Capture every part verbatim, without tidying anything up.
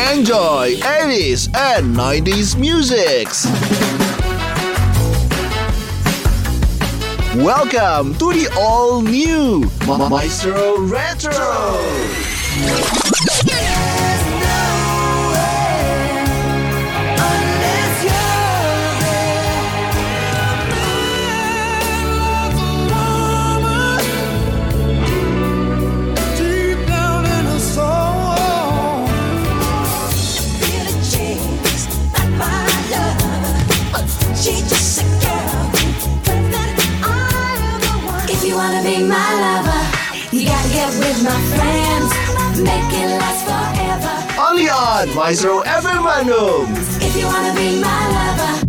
Enjoy eighties and nineties musics. Welcome to the all-new Maestro Retro. Be my lover, you gotta get with my friends, make it last forever. Only on Maestro F M Bandung. If you wanna be my lover.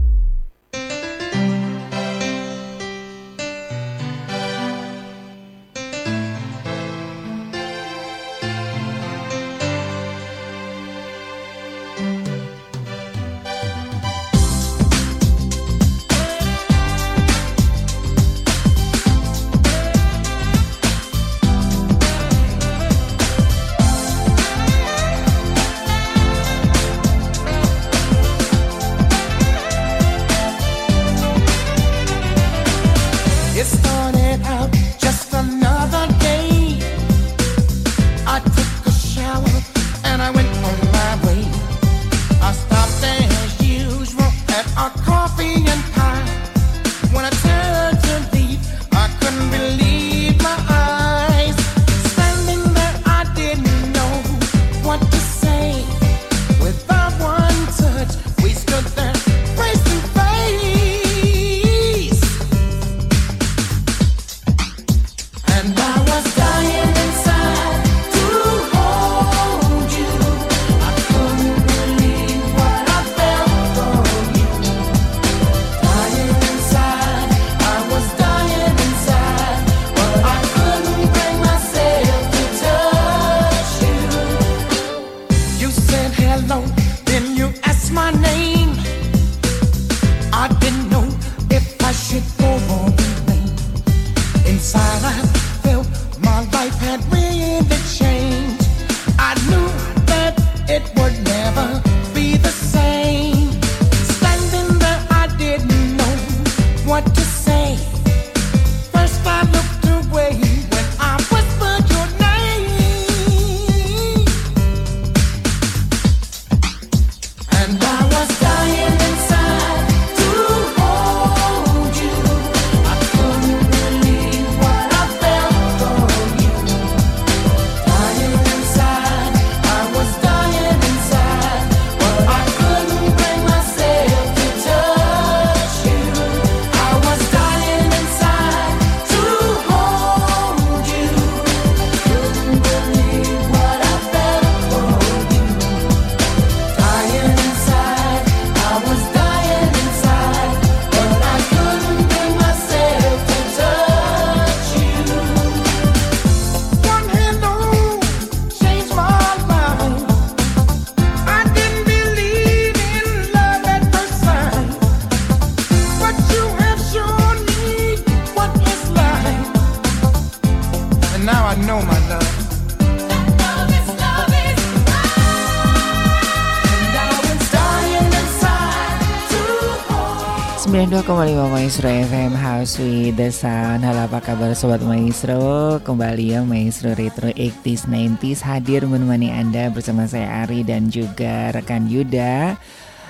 sembilan puluh dua koma lima Maestro F M House with the Sound. Halo, apa kabar Sobat Maestro? Kembali ya Maestro Retro delapan puluh sembilan puluh hadir menemani Anda bersama saya Ari dan juga rekan Yuda.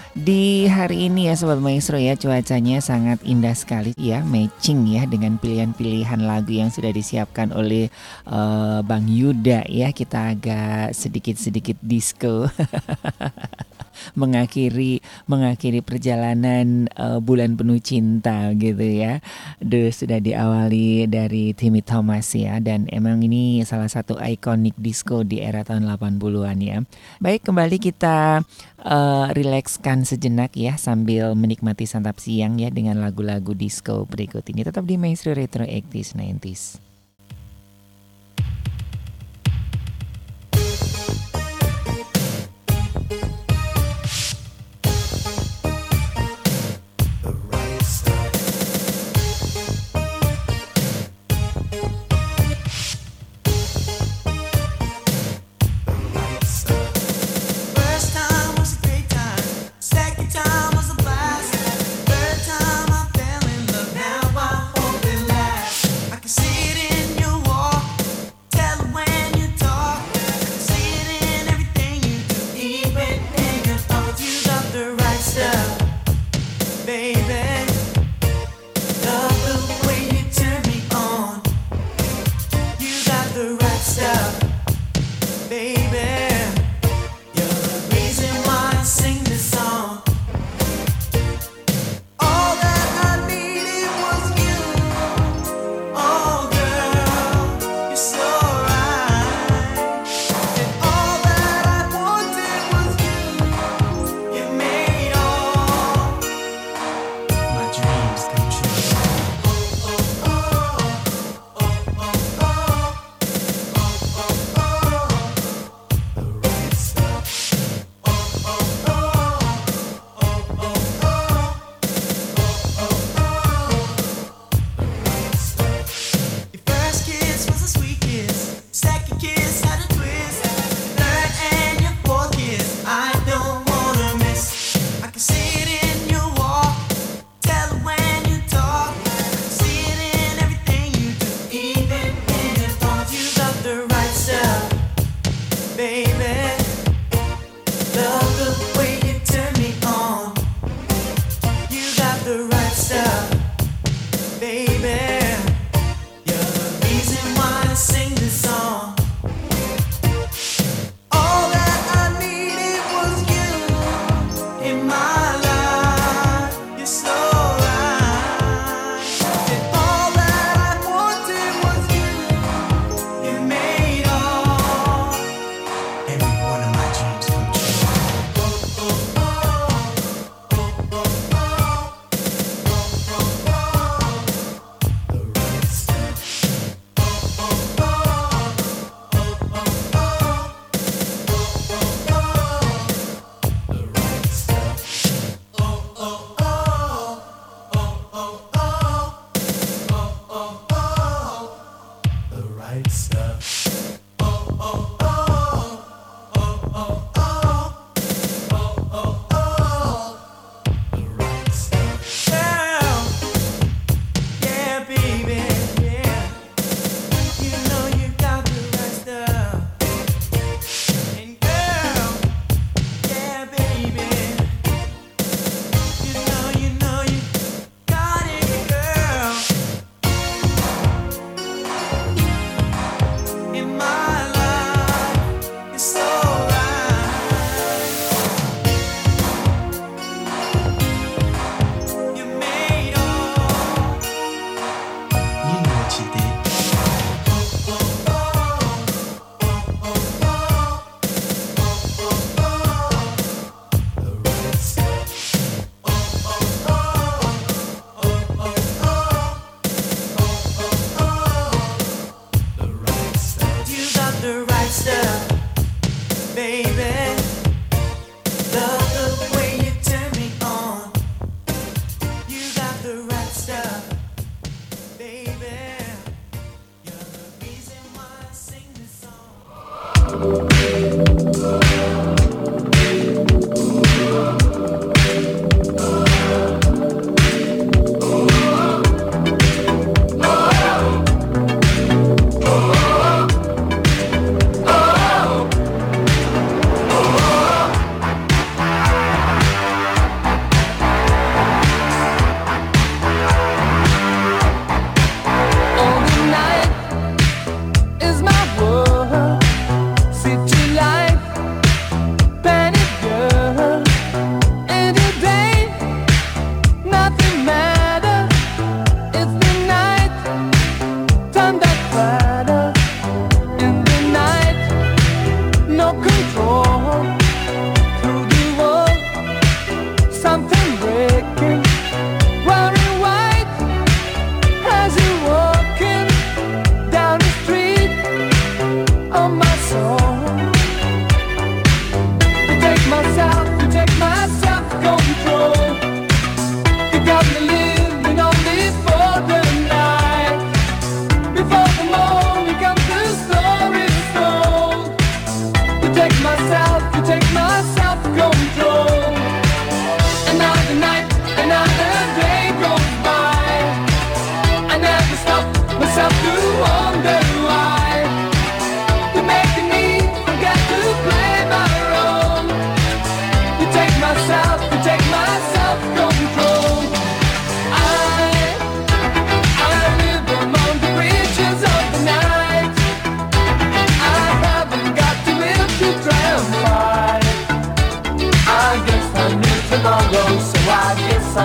Di hari ini ya Sobat Maestro ya, cuacanya sangat indah sekali ya, matching ya dengan pilihan-pilihan lagu yang sudah disiapkan oleh uh, Bang Yuda ya. Kita agak sedikit-sedikit disco. mengakhiri mengakhiri perjalanan uh, bulan penuh cinta gitu ya. Duh, sudah diawali dari Timmy Thomas ya, dan emang ini salah satu ikonik disco di era tahun delapan puluhan ya. Baik, kembali kita uh, rilekskan sejenak ya sambil menikmati santap siang ya dengan lagu-lagu disco berikut ini. Tetap di Maestro Retro delapan puluh sembilan puluh. Well, stuff, baby. You're the reason why I sing this song. All that I needed was you. Oh, girl, you're so right. And all that I wanted was you. You made all my dreams come true. Oh, oh, oh, oh, oh, oh, oh. All the night is my world. See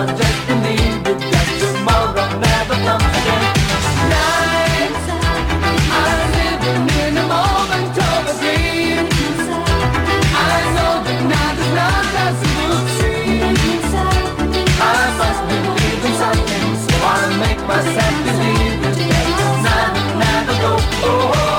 I'll just believe it, that tomorrow never comes again. Night, I'm living in a moment of a dream. I know that night is not as it would seem. I must believe in something, so I'll make myself believe it, that the night will never go. Oh, oh, oh.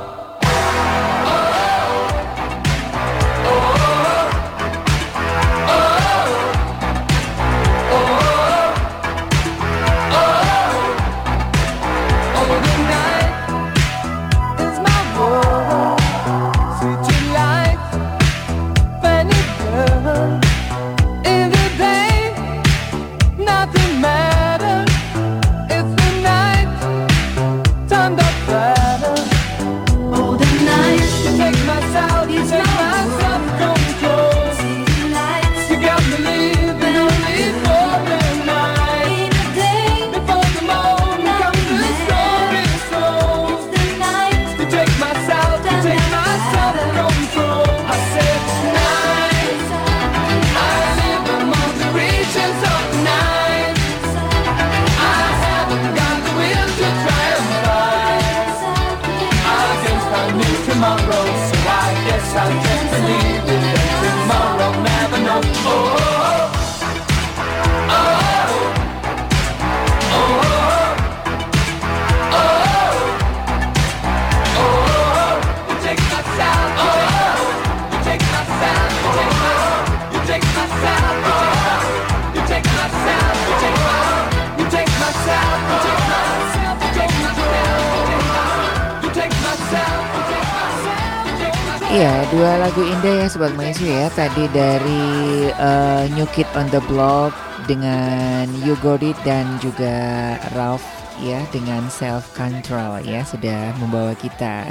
Iya, dua lagu indah ya Sobat Maestro ya. Tadi dari uh, New Kid on the Block dengan You Got It dan juga Ralph ya dengan Self Control ya, sudah membawa kita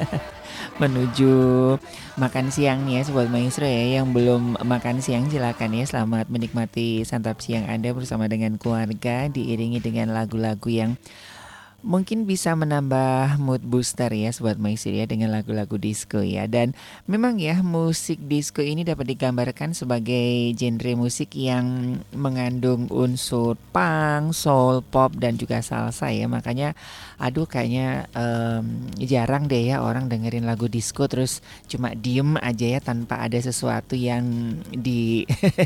menuju makan siang nih ya Sobat Maestro ya. Yang belum makan siang silakan ya, selamat menikmati santap siang Anda bersama dengan keluarga, diiringi dengan lagu-lagu yang mungkin bisa menambah mood booster ya Sobat Maestro ya, dengan lagu-lagu disco ya. Dan memang ya musik disco ini dapat digambarkan sebagai genre musik yang mengandung unsur punk, soul, pop dan juga salsa ya. Makanya aduh kayaknya um, jarang deh ya orang dengerin lagu disco terus cuma diem aja ya tanpa ada sesuatu yang di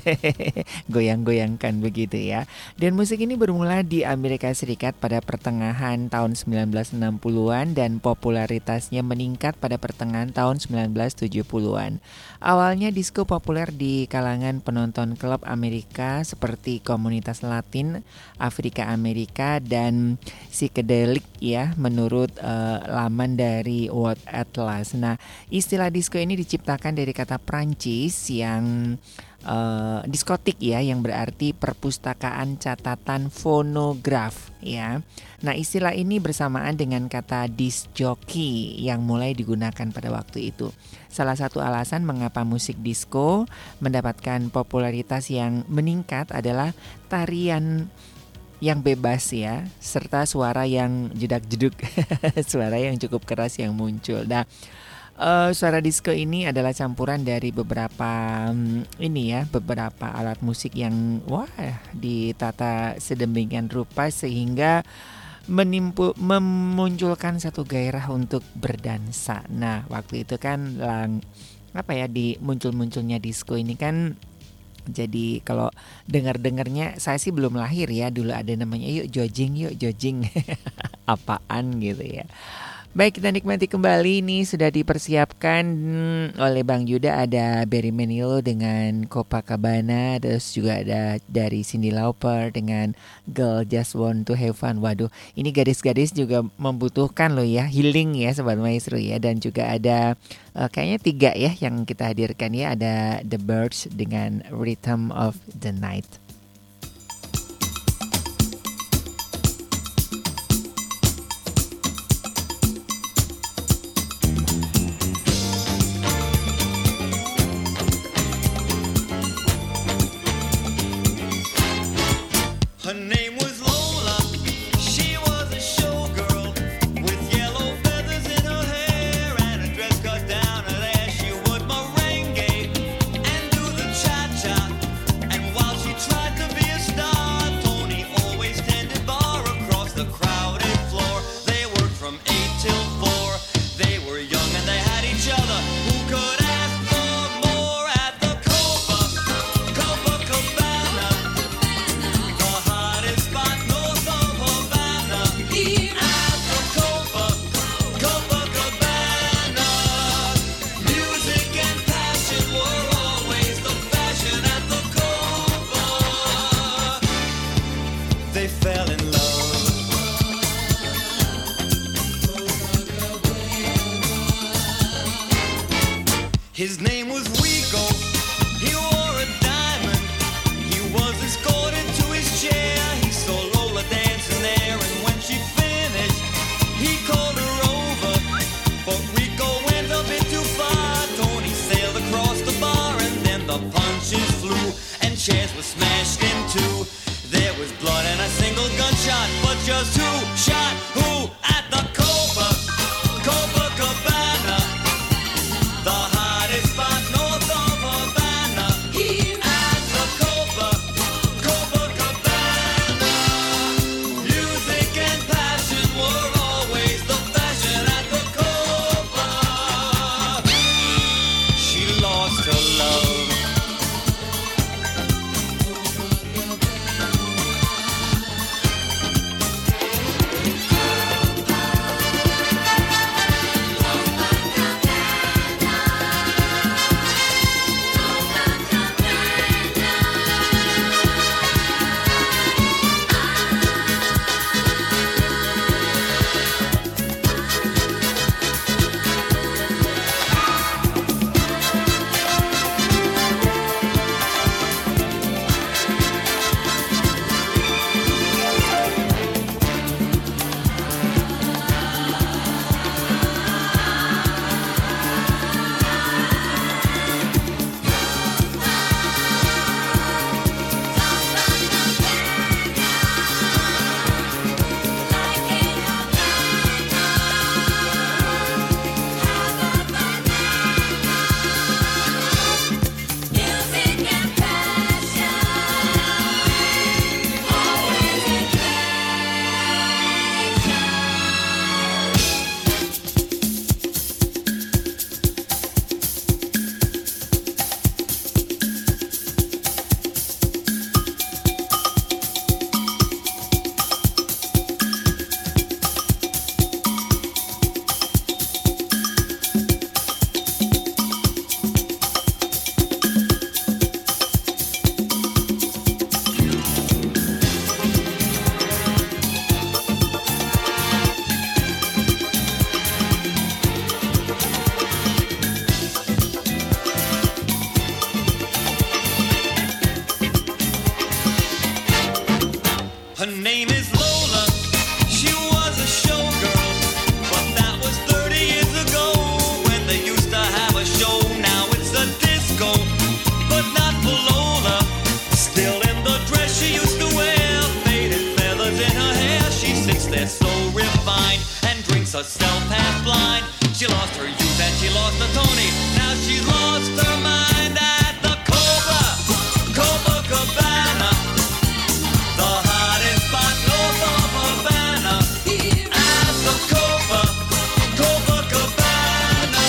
goyang-goyangkan begitu ya. Dan musik ini bermula di Amerika Serikat pada pertengahan tahun sembilan belas enam puluhan dan popularitasnya meningkat pada pertengahan tahun sembilan belas tujuh puluhan. Awalnya disco populer di kalangan penonton klub Amerika seperti komunitas Latin, Afrika Amerika dan psychedelic ya, menurut uh, laman dari World Atlas. Nah, istilah disco ini diciptakan dari kata Prancis yang Uh, diskotik ya, yang berarti perpustakaan catatan fonograf ya. Nah, istilah ini bersamaan dengan kata disc jockey yang mulai digunakan pada waktu itu. Salah satu alasan mengapa musik disco mendapatkan popularitas yang meningkat adalah tarian yang bebas ya, serta suara yang jedak-jeduk, suara yang cukup keras yang muncul. Nah, Uh, suara disco ini adalah campuran dari beberapa um, ini ya, beberapa alat musik yang wah ditata sedemikian rupa sehingga menimpu, memunculkan satu gairah untuk berdansa. Nah, waktu itu kan lang, apa ya di muncul-munculnya disco ini kan, jadi kalau dengar-dengarnya saya sih belum lahir ya, dulu ada namanya yuk jogging, yuk jogging. Apaan gitu ya. Baik, kita nikmati kembali. Ini sudah dipersiapkan oleh Bang Yuda. Ada Barry Manilow dengan Copacabana. Terus juga ada dari Cyndi Lauper dengan Girl Just Want to Have Fun. Waduh, ini gadis-gadis juga membutuhkan loh ya, healing ya Sobat Maestro ya. Dan juga ada uh, kayaknya tiga ya yang kita hadirkan ya. Ada The Birds dengan Rhythm of the Night. Her name was Lola, she was a showgirl with yellow feathers in her hair and a dress cut down her there. She would merengue and do the cha-cha, and while she tried His name was Rico. He wore a diamond. He was escorted to his chair. He saw Lola dancing there, and when she finished, he called her over. But Rico went a bit too far. Tony sailed across the bar, and then the punches flew, and chairs were smashed in two. There was blood and a single gunshot, but just who shot who at the Copa, Copacabana, the hottest spot north of Havana. At the Copa, Copacabana, music and passion were always the fashion at the Copa. She lost her love. Her name is Lola. She was a showgirl, but that was thirty years ago when they used to have a show. Now it's a disco, but not for Lola. Still in the dress she used to wear, faded feathers in her hair. She sits there so refined and drinks herself half blind. She lost her youth and she lost her Tony. Now she's lost her mind at the Copa, Copacabana. The hottest spot north of Havana. At the Copa, Copacabana,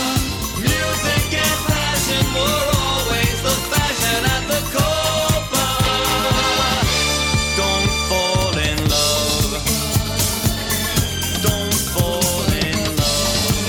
music and passion were always the fashion at the Copa. Don't fall in love. Don't fall in love.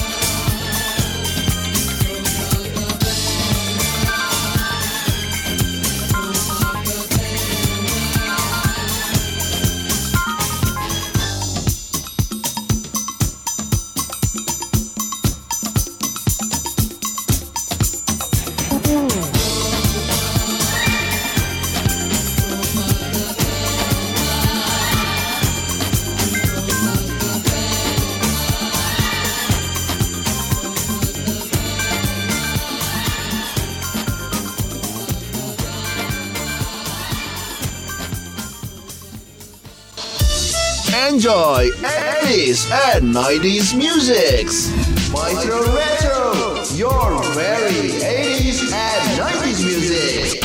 Enjoy eighties and nineties musics. Maestro Retro, your very eighties and nineties music.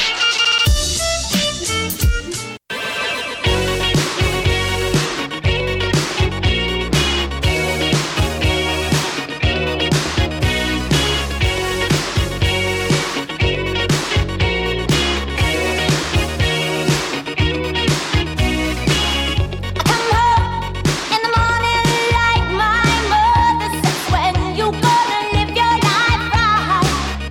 Come home in the morning like my mother says, when you gonna live your life right?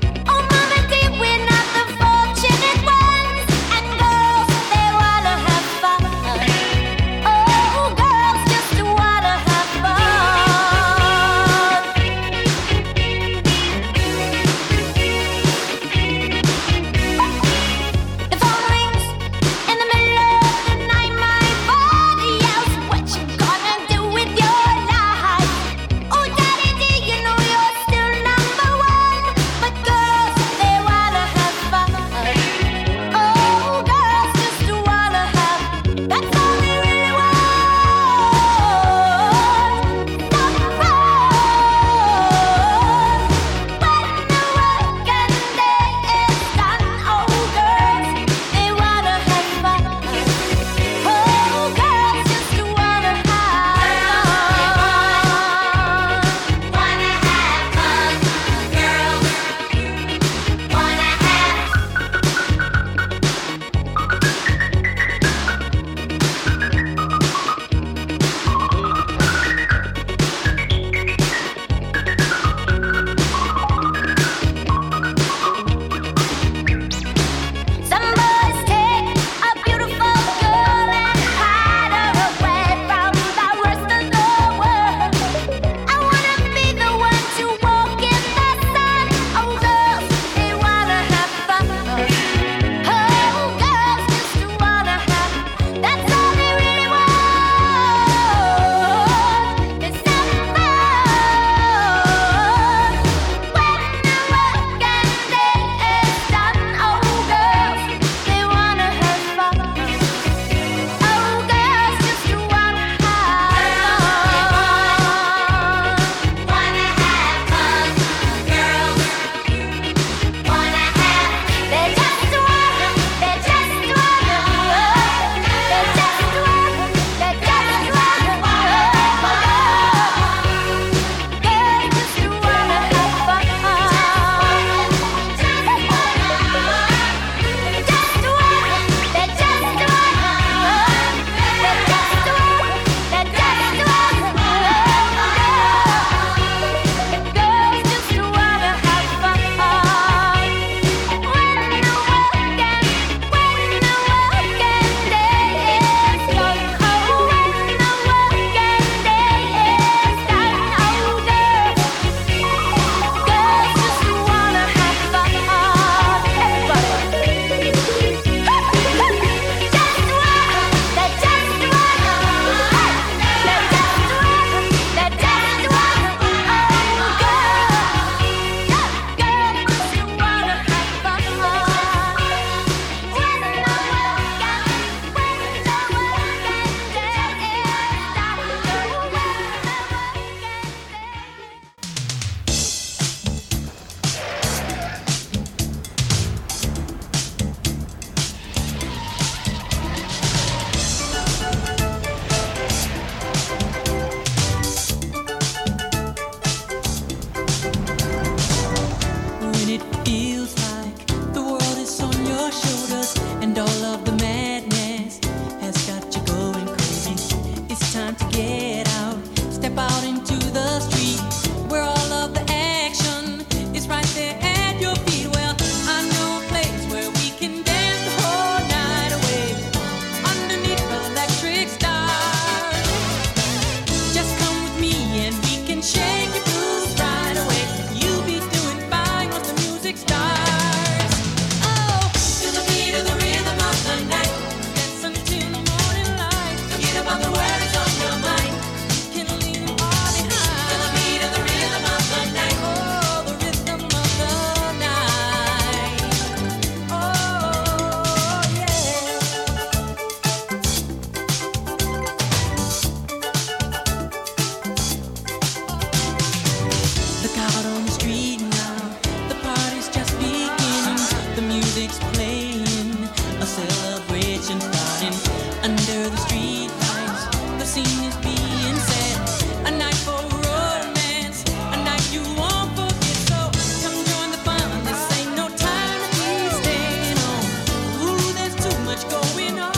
on the street now. The party's just beginning. The music's playing. A celebration starting under the street lights. The scene is being set. A night for romance. A night you won't forget. So come join the fun. This ain't no time to be staying home. Ooh, there's too much going on.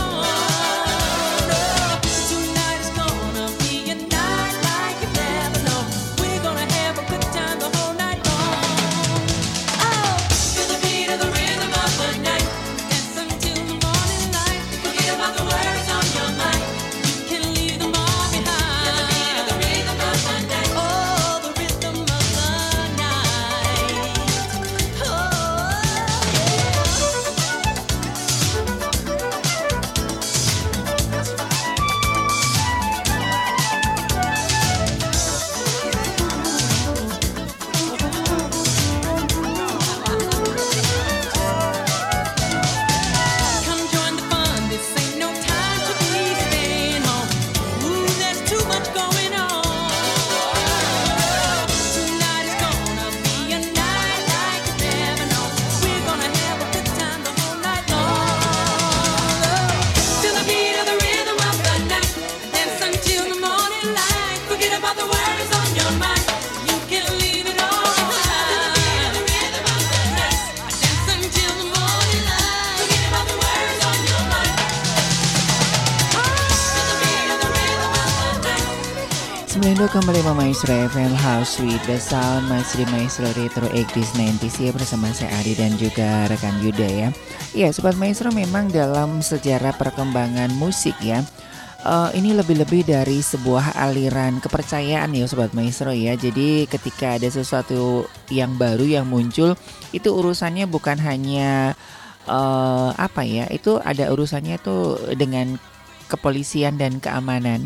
Kembali sama Maestro F M House with the Sound, masih di Maestro Retro eighties nineties ya, bersama saya Ari dan juga rekan Yuda ya. Iya Sobat Maestro, memang dalam sejarah perkembangan musik ya, uh, ini lebih-lebih dari sebuah aliran kepercayaan ya Sobat Maestro ya. Jadi ketika ada sesuatu yang baru yang muncul, itu urusannya bukan hanya uh, apa ya, itu ada urusannya tuh dengan kepolisian dan keamanan.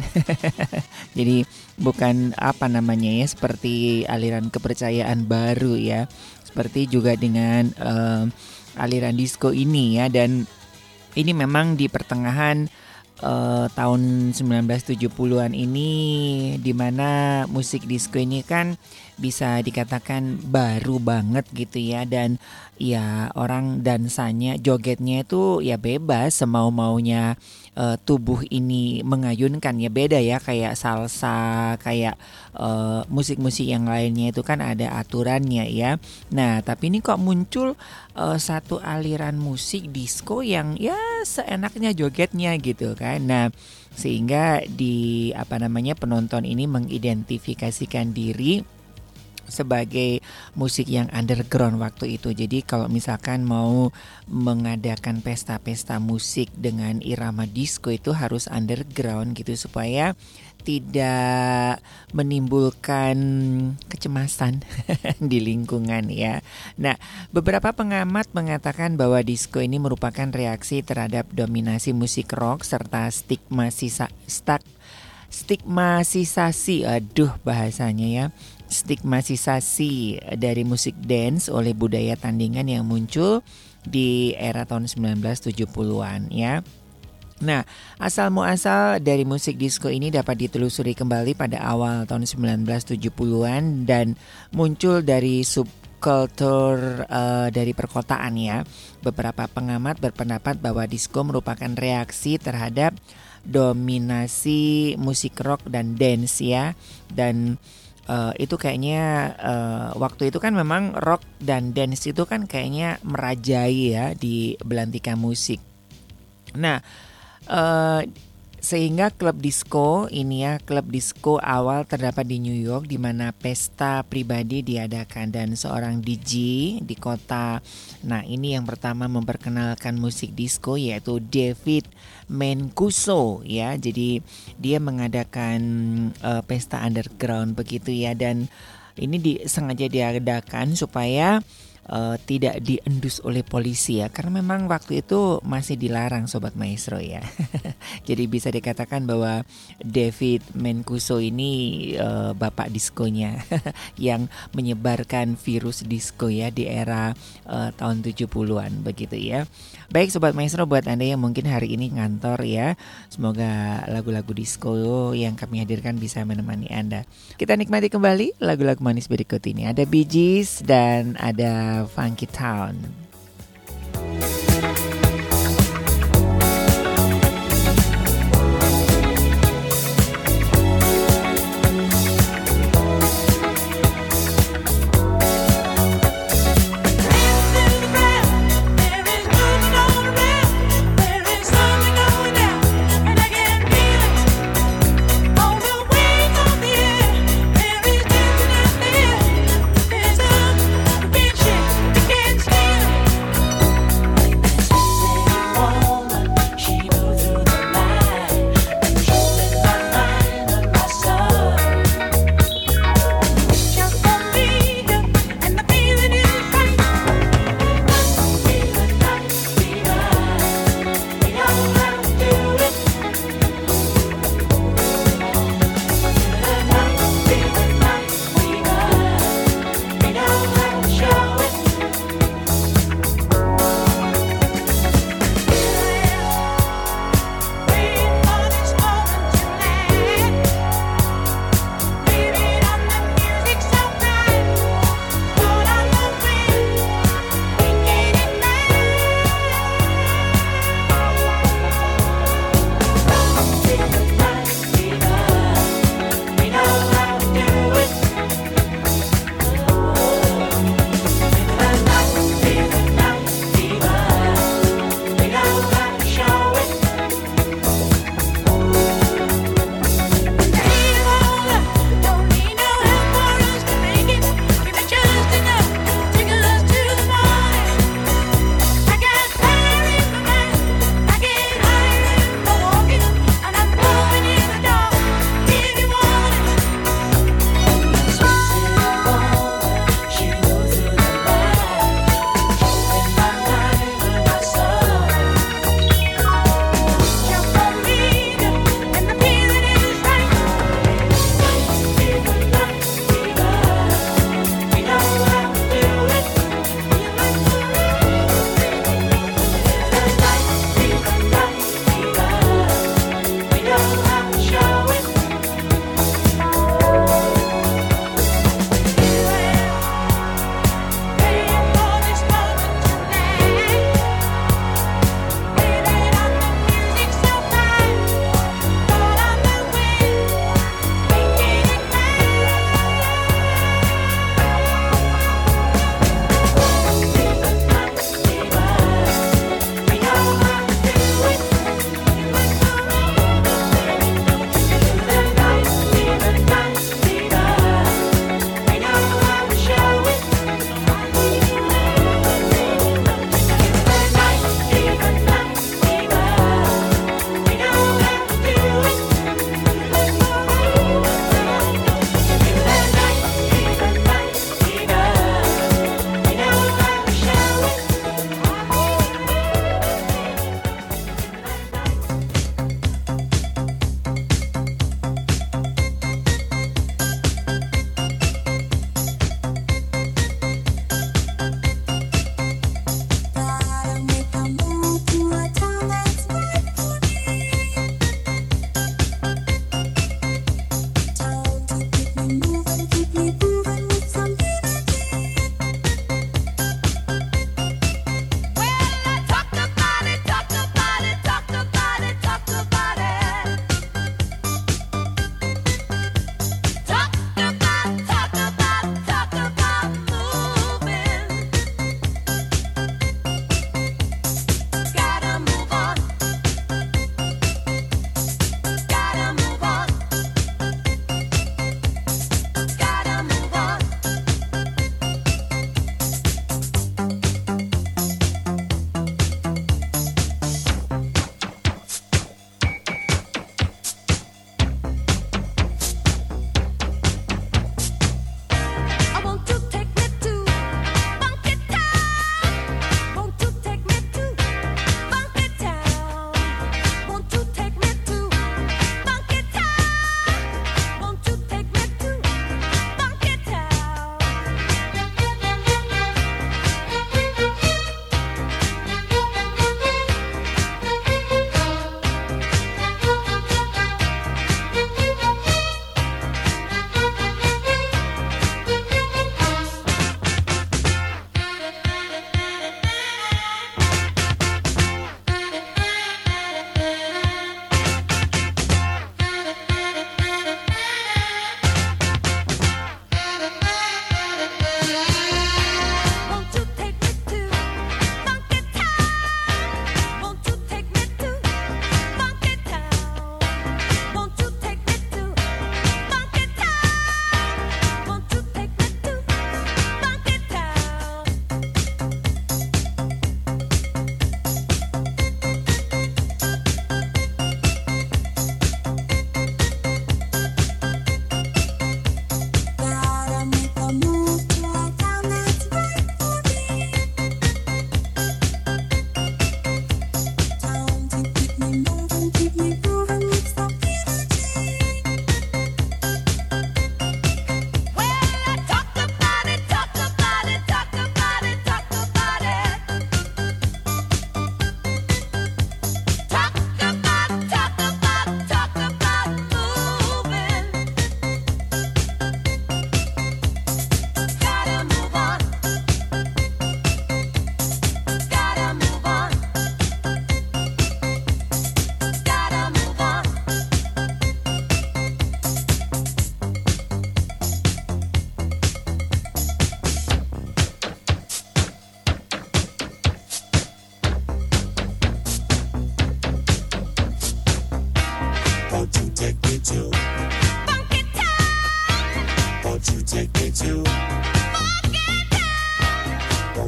Jadi bukan apa namanya ya, seperti aliran kepercayaan baru ya. Seperti juga dengan uh, aliran disco ini ya. Dan ini memang di pertengahan uh, tahun sembilan belas tujuh puluhan ini, dimana musik disco ini kan bisa dikatakan baru banget gitu ya. Dan ya orang dansanya, jogetnya itu ya bebas semau-maunya. Uh, tubuh ini mengayunkan ya, beda ya kayak salsa, kayak uh, musik-musik yang lainnya itu kan ada aturannya ya. Nah tapi ini kok muncul uh, satu aliran musik disco yang ya seenaknya jogetnya gitu kan. Nah sehingga di apa namanya penonton ini mengidentifikasikan diri sebagai musik yang underground waktu itu. Jadi kalau misalkan mau mengadakan pesta-pesta musik dengan irama disco itu harus underground gitu, supaya tidak menimbulkan kecemasan di lingkungan ya. Nah, beberapa pengamat mengatakan bahwa disco ini merupakan reaksi terhadap dominasi musik rock serta stigmasisa, stak, stigmatisasi, aduh bahasanya ya, stigmatisasi dari musik dance oleh budaya tandingan yang muncul di era tahun sembilan belas tujuh puluhan ya. Nah, asal muasal dari musik disco ini dapat ditelusuri kembali pada awal tahun sembilan belas tujuh puluhan dan muncul dari subkultur uh, dari perkotaan ya. Beberapa pengamat berpendapat bahwa disco merupakan reaksi terhadap dominasi musik rock dan dance ya. Dan uh, itu kayaknya uh, waktu itu kan memang rock dan dance itu kan kayaknya merajai ya di belantika musik. Nah, Uh, sehingga klub disco ini ya, klub disco awal terdapat di New York, di mana pesta pribadi diadakan dan seorang D J di kota. Nah, ini yang pertama memperkenalkan musik disco yaitu David Mancuso ya. Jadi dia mengadakan uh, pesta underground begitu ya, dan ini di, sengaja diadakan supaya uh, tidak diendus oleh polisi ya, karena memang waktu itu masih dilarang Sobat Maestro ya. Jadi bisa dikatakan bahwa David Mancuso ini uh, bapak diskonya yang menyebarkan virus disko ya di era uh, tahun tujuh puluhan begitu ya. Baik Sobat Maestro, buat Anda yang mungkin hari ini ngantor ya, semoga lagu-lagu disco yang kami hadirkan bisa menemani Anda. Kita nikmati kembali lagu-lagu manis berikut ini. Ada Bee Gees dan ada Funky Town. Can't steal it.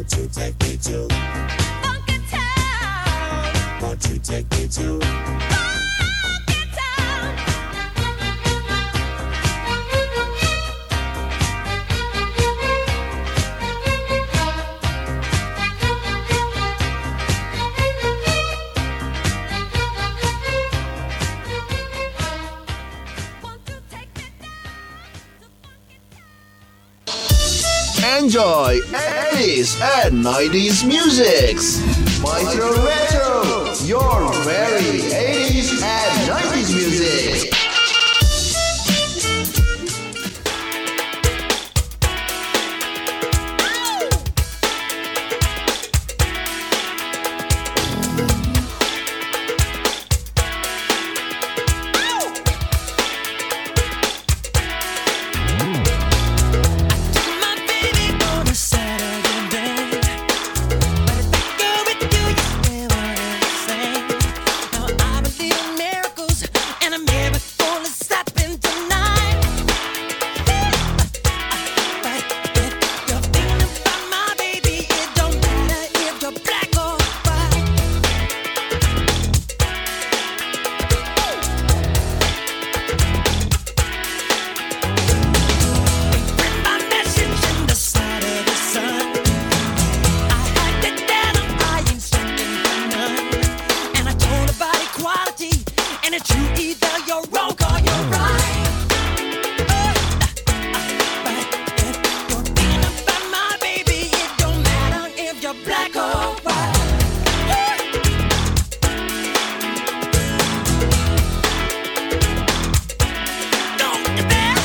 Funky town. Won't you take me to Funky town? Enjoy eighties and nineties musics. Maestro Retro, your very eighties and nineties music. My baby on a Saturday night, but if I go with you, you still wanna sing. Now I believe in miracles, and a miracle is happening tonight. But if you're thinking about my baby, it don't matter if you're black or white. Print my message in the side of the sun. I had to tell 'em I ain't standing for none. And I told about equality, and it's true, either you're wrong or you're right. But if you're thinking about my baby, it don't matter if you're black or white. Don't you dare.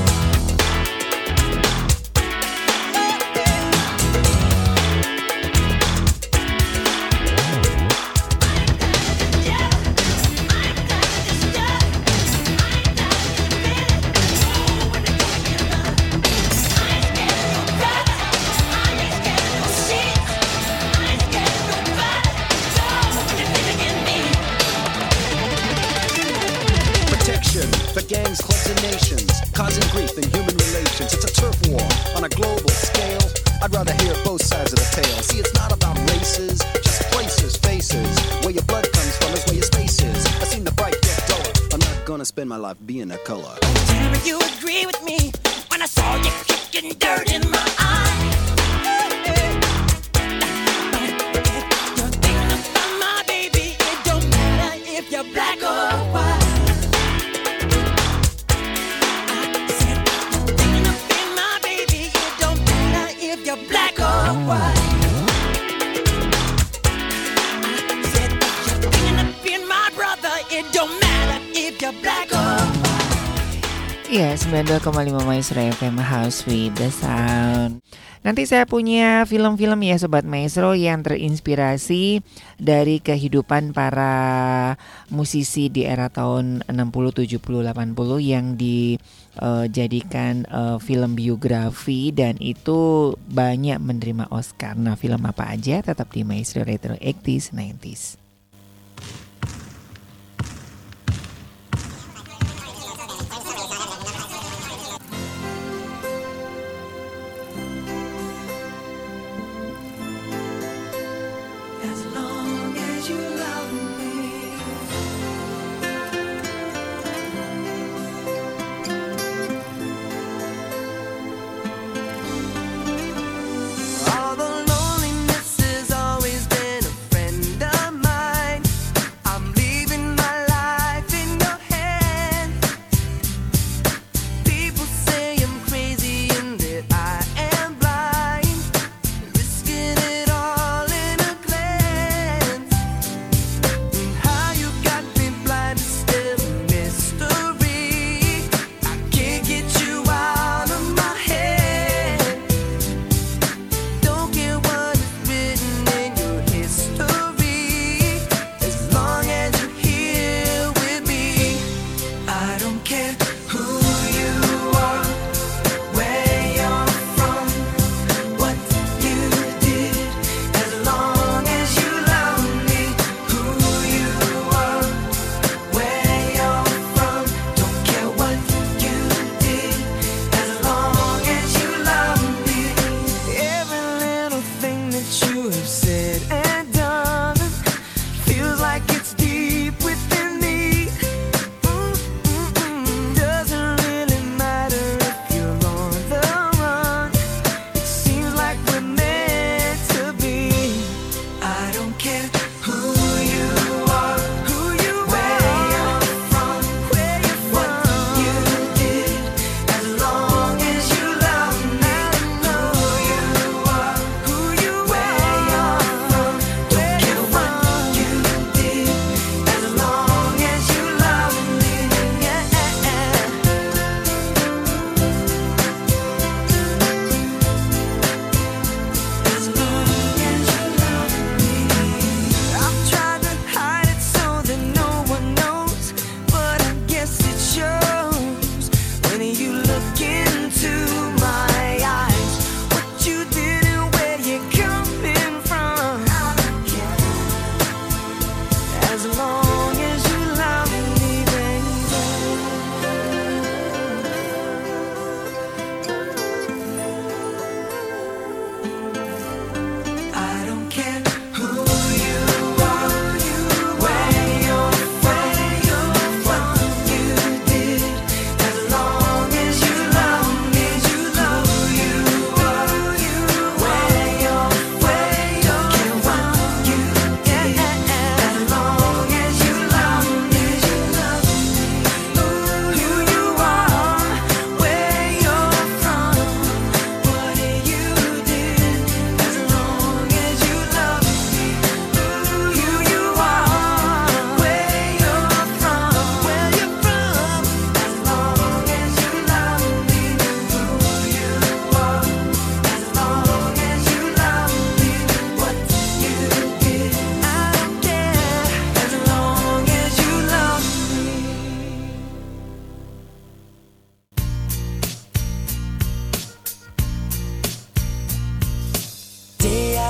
Protection for gangs, clubs, and nations, causing grief in human relations. It's a turf war on a global scale. I'd rather hear both sides of the tale. See, it's not about races, just places, faces. Where your blood comes from is where your space is. I've seen the bright get duller. I'm not gonna spend my life being a color. Tell me you agree with me when I saw you kicking dirt in my eye. But if you're thinking about my baby, it don't matter if you're black or white. I said you're thinking about my baby, it don't matter if you're black or white. I said you're thinking about my brother, it don't matter if you're black or white. Iya, sembilan puluh dua koma lima Maestro F M House with the Sound. Nanti saya punya film-film ya Sobat Maestro yang terinspirasi dari kehidupan para musisi di era tahun enam puluh, tujuh puluh, delapan puluh yang dijadikan uh, film biografi dan itu banyak menerima Oscar. Nah, film apa aja tetap di Maestro Retro eighties, nineties. As long as you love me. All the loneliness has always been a friend of mine.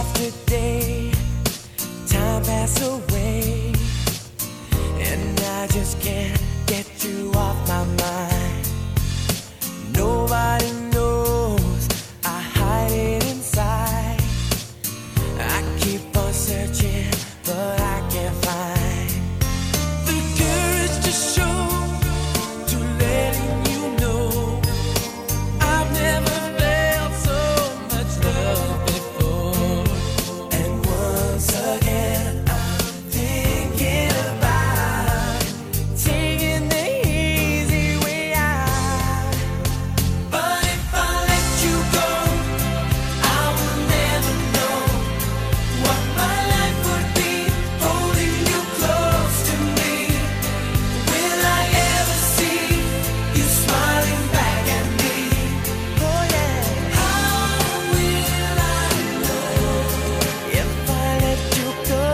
after day, time pass away, and I just can't get you off my mind. Nobody knows I hide it inside. I keep on searching, but I can't find the courage to show, to letting you know I've never felt so much love before. And once again I'm thinking about taking the easy way out. But if I let you go, I will never know what my life would be holding you close to me. Will I ever see you smiling back at me? Oh yeah. How will I know if I let you go?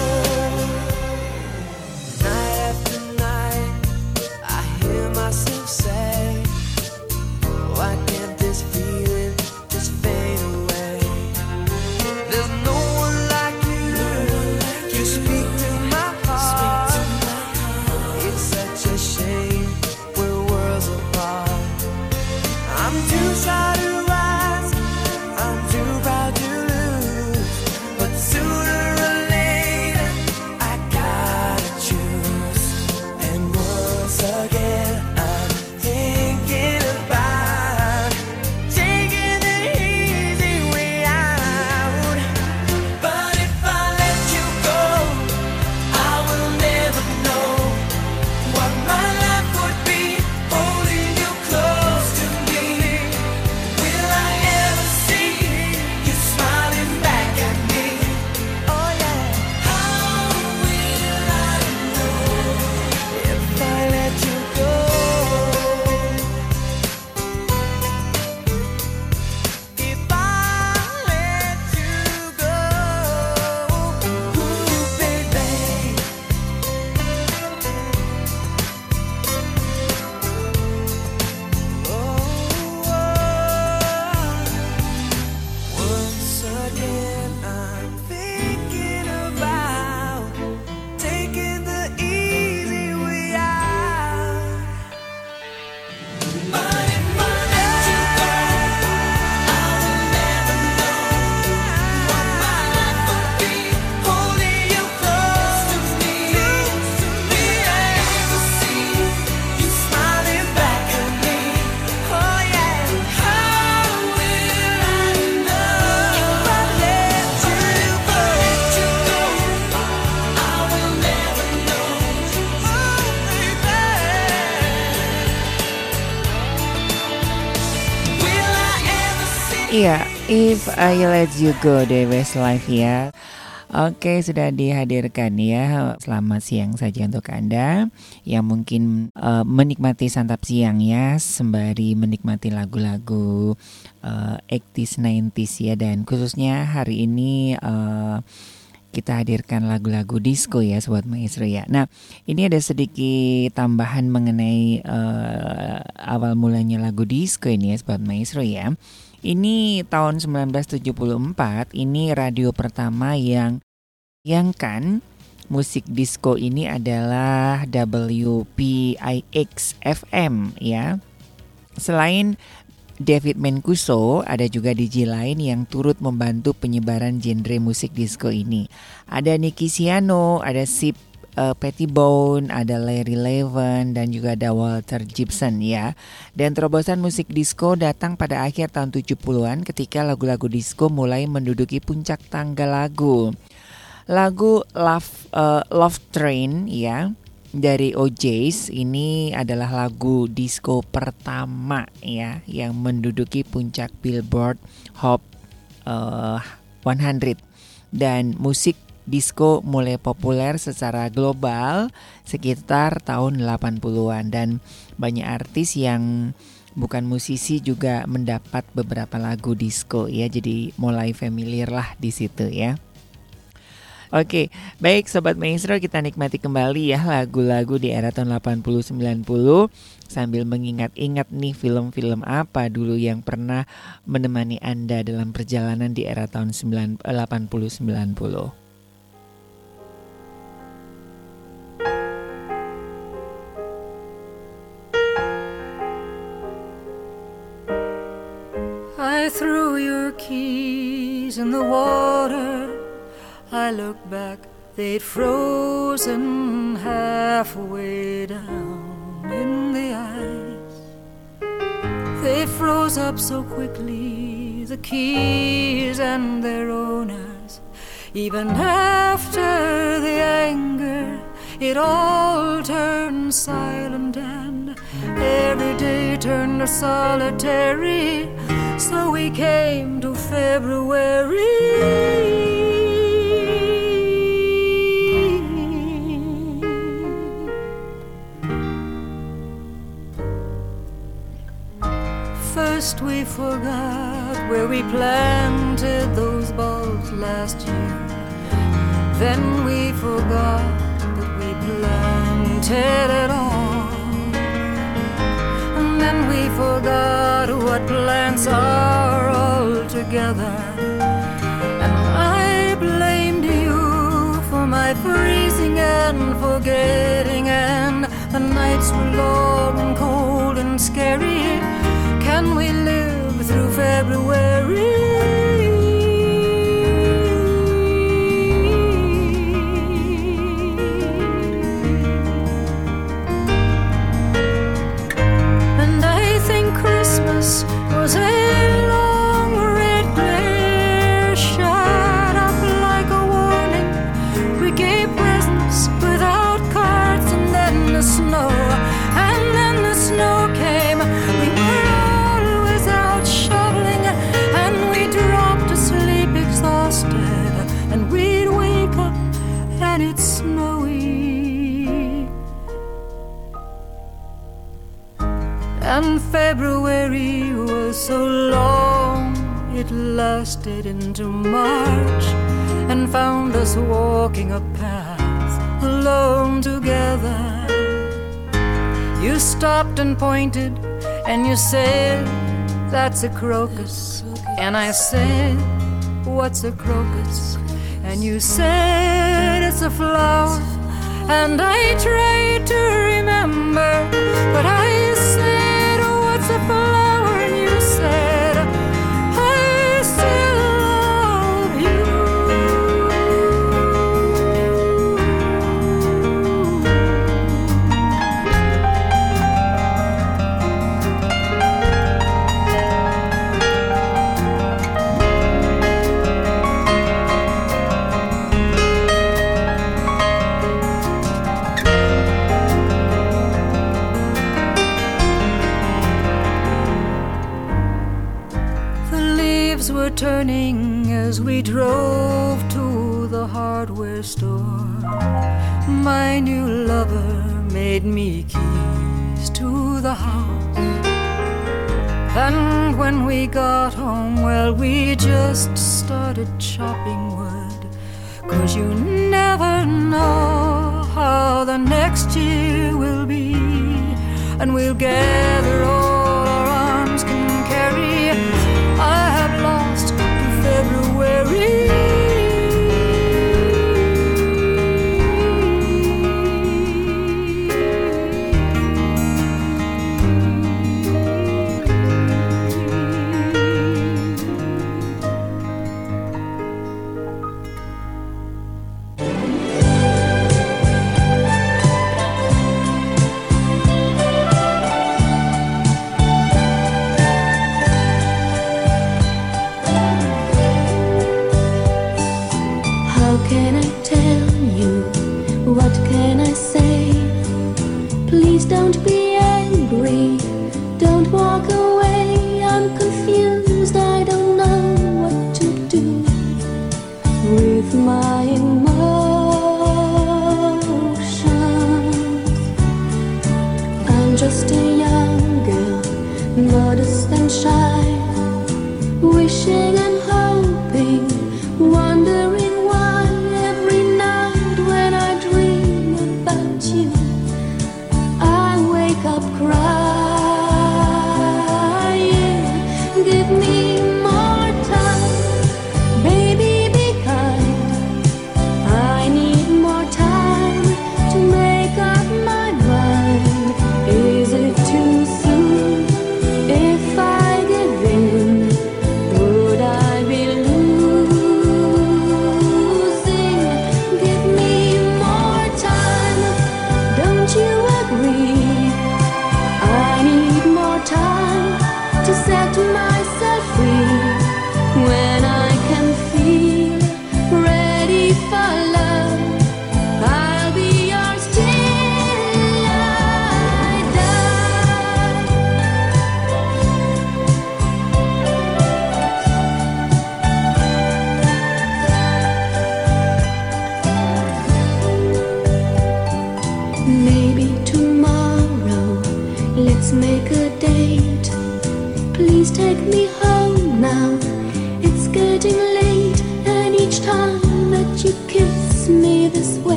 Night after night, I hear myself say, why can't this feeling just fade away? There's no one like you. You speak to my heart. It's such a shame we're worlds apart. I'm too shy to ask, I'm too proud to lose, but sooner or later I gotta choose. And once again I'm thinking about taking the easy way out. But if I let you go, I will never know what my life would be holding you close to me. Will I ever see you smiling back at me? Oh yeah. How will I know if I let you go? If I let you go, ooh, baby. Once again, I'm thinking about taking the easy way out. But if I let you go, I will never know what my life would be holding you close to me. Will I ever see you smiling back at me? Oh yeah. How will I know if I let you go? I will never know. Oh baby. Will I ever see? Iya, If I Let You Go dari Westlife ya. Oke, sudah dihadirkan ya. Selamat siang saja untuk Anda yang mungkin eh, menikmati santap siang ya, sembari menikmati lagu-lagu eh, delapan puluh sembilan puluh ya. Dan khususnya hari ini eh, kita hadirkan lagu-lagu disco ya Sobat Maestro ya. Nah, ini ada sedikit tambahan mengenai eh, awal mulanya lagu disco ini ya Sobat Maestro ya. Ini tahun sembilan belas tujuh puluh empat, ini radio pertama yang yang musik disco ini adalah W P I X F M ya. Selain David Mancuso, ada juga D J lain yang turut membantu penyebaran genre musik disco ini. Ada Nicky Siano, ada Sip uh, Pettibone, ada Larry Levan, dan juga ada Walter Gibson ya. Dan terobosan musik disco datang pada akhir tahun tujuh puluhan ketika lagu-lagu disco mulai menduduki puncak tangga lagu. Lagu Love, uh, Love Train ya dari O J's ini adalah lagu disco pertama ya yang menduduki puncak Billboard Hot uh, seratus, dan musik disco mulai populer secara global sekitar tahun delapan puluhan, dan banyak artis yang bukan musisi juga mendapat beberapa lagu disco ya, jadi mulai familiar lah di situ ya. Oke, baik Sobat Maestro, kita nikmati kembali ya lagu-lagu di era tahun delapan puluh sembilan puluh sambil mengingat-ingat nih film-film apa dulu yang pernah menemani Anda dalam perjalanan di era tahun delapan puluh sembilan puluh. I threw your keys in the water. I look back, they'd frozen halfway down in the ice. They froze up so quickly, the keys and their owners. Even after the anger, it all turned silent and every day turned to solitary. So we came to February. First we forgot where we planted those bulbs last year. Then we forgot that we planted it all. And then we forgot what plants are altogether. And I blamed you for my freezing and forgetting. And the nights were long and cold and scary. Can we live through February? And I think Christmas was a long red glare shot up like a warning. We gave presents without cards and then the snow. And then the snow came. We were and we'd wake up and it's snowy. And February was so long, it lasted into March and found us walking a path alone together. You stopped and pointed and you said, "That's a crocus." And I said, "What's a crocus?" And you said it's a flower. And I tried to remember, but I said, "What's a flower?" And you said, "I still love you." Were turning as we drove to the hardware store. My new lover made me keys to the house. And when we got home, well, we just started chopping wood. 'Cause you never know how the next year will be. And we'll gather all our arms can carry. I have lost to February.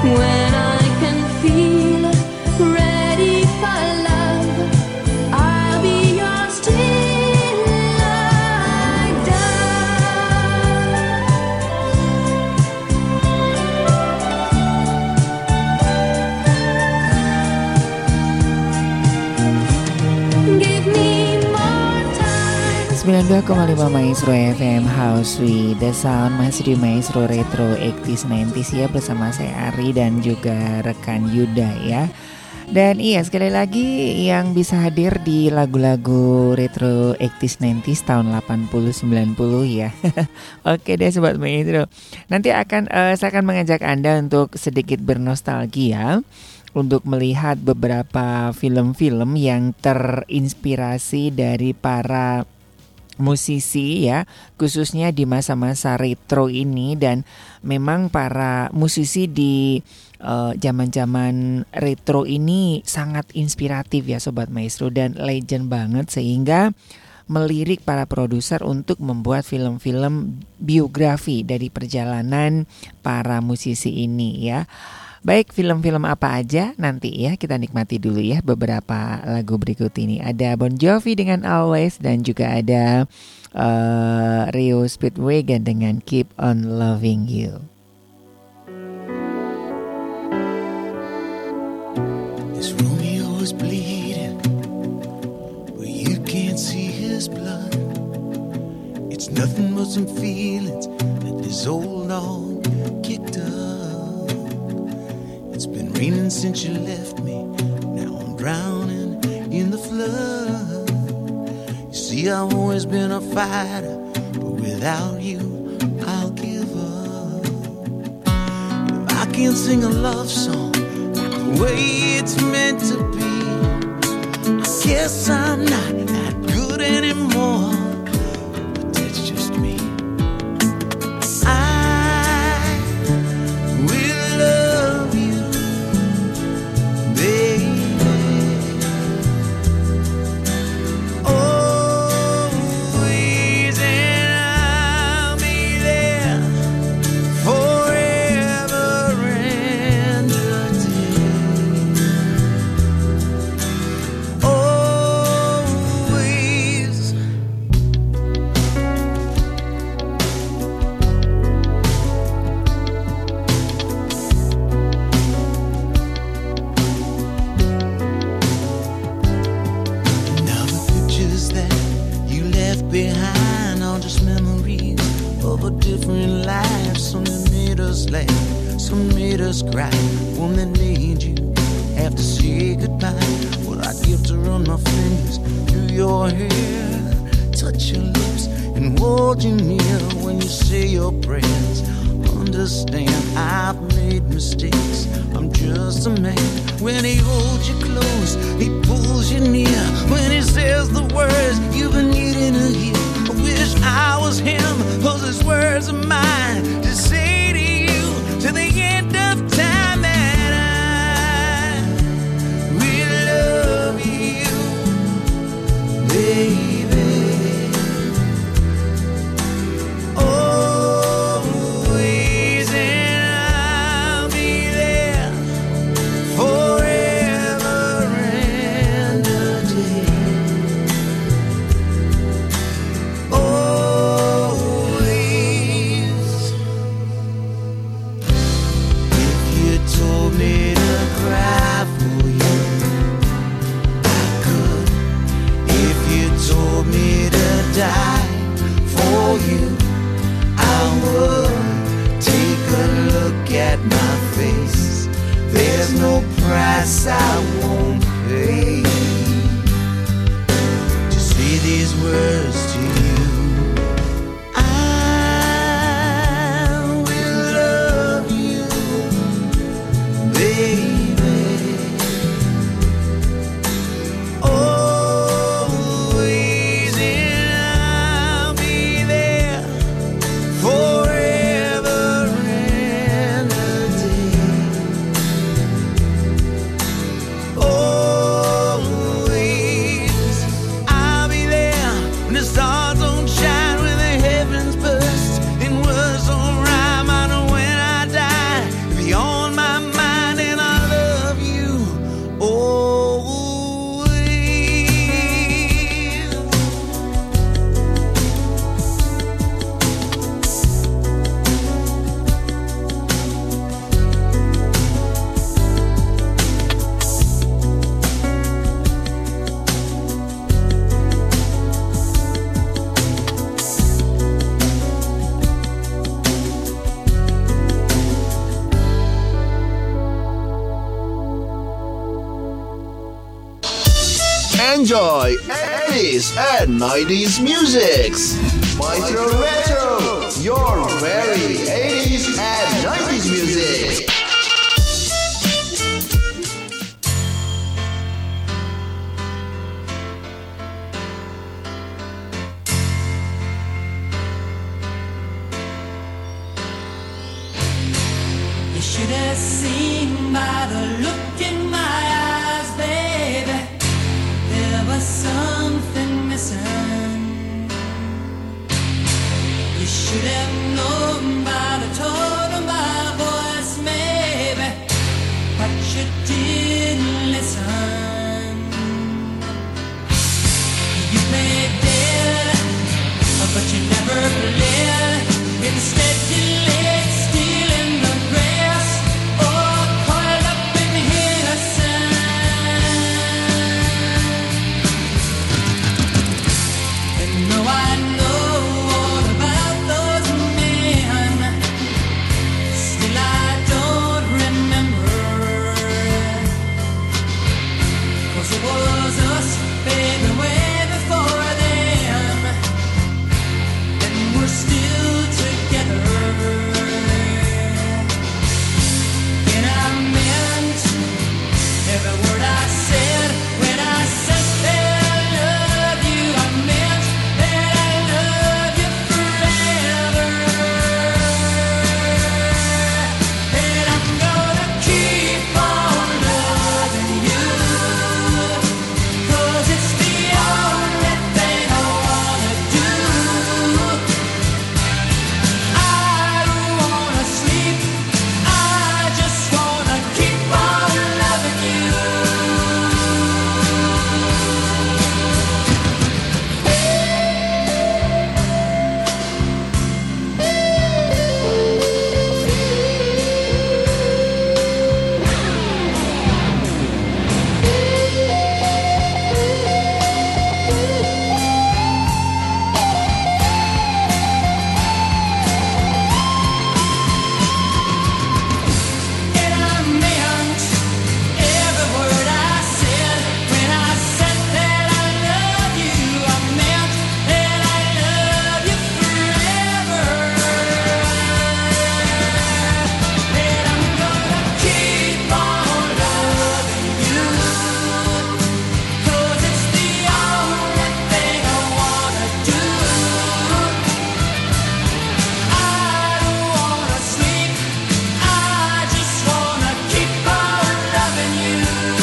When I can feel ready for love, I'll be yours till I die. Give me more time. sembilan puluh dua koma lima Maestro F M House with the Sound, masih di Maestro Retro delapan puluh sembilan puluh ya, bersama saya Ari dan juga rekan Yuda ya. Dan iya, sekali lagi yang bisa hadir di lagu-lagu retro delapan puluh sembilan puluh tahun delapan puluh sembilan puluh ya. Oke deh Sobat Maestro, nanti akan uh, saya akan mengajak Anda untuk sedikit bernostalgia, untuk melihat beberapa film-film yang terinspirasi dari para musisi ya, khususnya di masa-masa retro ini. Dan memang para musisi di uh, zaman-zaman retro ini sangat inspiratif ya Sobat Maestro, dan legend banget, sehingga melirik para produser untuk membuat film-film biografi dari perjalanan para musisi ini ya. Baik, film-film apa aja nanti ya kita nikmati dulu ya beberapa lagu berikut ini. Ada Bon Jovi dengan Always, dan juga ada uh, Rio Speedwagon dengan Keep on Loving You. This Romeo is bleeding, but you can't see his blood. It's nothing but some feelings that this old dog kicked up. It's been raining since you left me. Now I'm drowning in the flood. You see, I've always been a fighter, but without you, I'll give up. If I can't sing a love song the way it's meant to be, I guess I'm not that good anymore. But that's just me. I will love you, baby. Always, and I'll be there forever and a day. Always. Now the pictures that you left behind are just memories of a different life. Some that made us laugh, some made us cry, one that made you have to say goodbye. Well, I'd give to run my fingers through your hair, touch your lips and hold you near when you say your prayers. Understand I've made mistakes, I'm just a man. When he holds you close, he pulls you near, when he says the words you've been needing to hear. I wish I was him, cause his words are mine to say to you to the end of time, that I will love you, baby. Always, and I'll be there forever and a day. Always. If you told me to cry for you, I could. If you told me to die for you, I would. Take a look at my face, there's no price I won't pay to say these words to you. I will love you, baby. Always, and I'll be there forever and a day. Oh, Enjoy eighties and nineties musics. Maestro Retro, your very eighties and nineties music. You should have seen by the look in my eyes, baby, there was something missing. You should have known by the tone of my voice, maybe, but you didn't listen. You played dead, but you never played. Instead you laid still in the grass, all coiled up in innocence. And though I know all about those men, still I don't remember. 'Cause it was us, baby, way before them, and we're still together. And I meant every word I said when I said that I love you. I meant that I love you forever. And I'm gonna keep on loving you, 'cause it's the only thing I wanna do. I don't wanna sleep, I just wanna keep on loving you. And I meant every word I said when I said that I love you. I meant that I love you forever. And I'm gonna keep on loving you, 'cause it's the only thing I wanna do. I don't wanna sleep, I just wanna keep on loving you.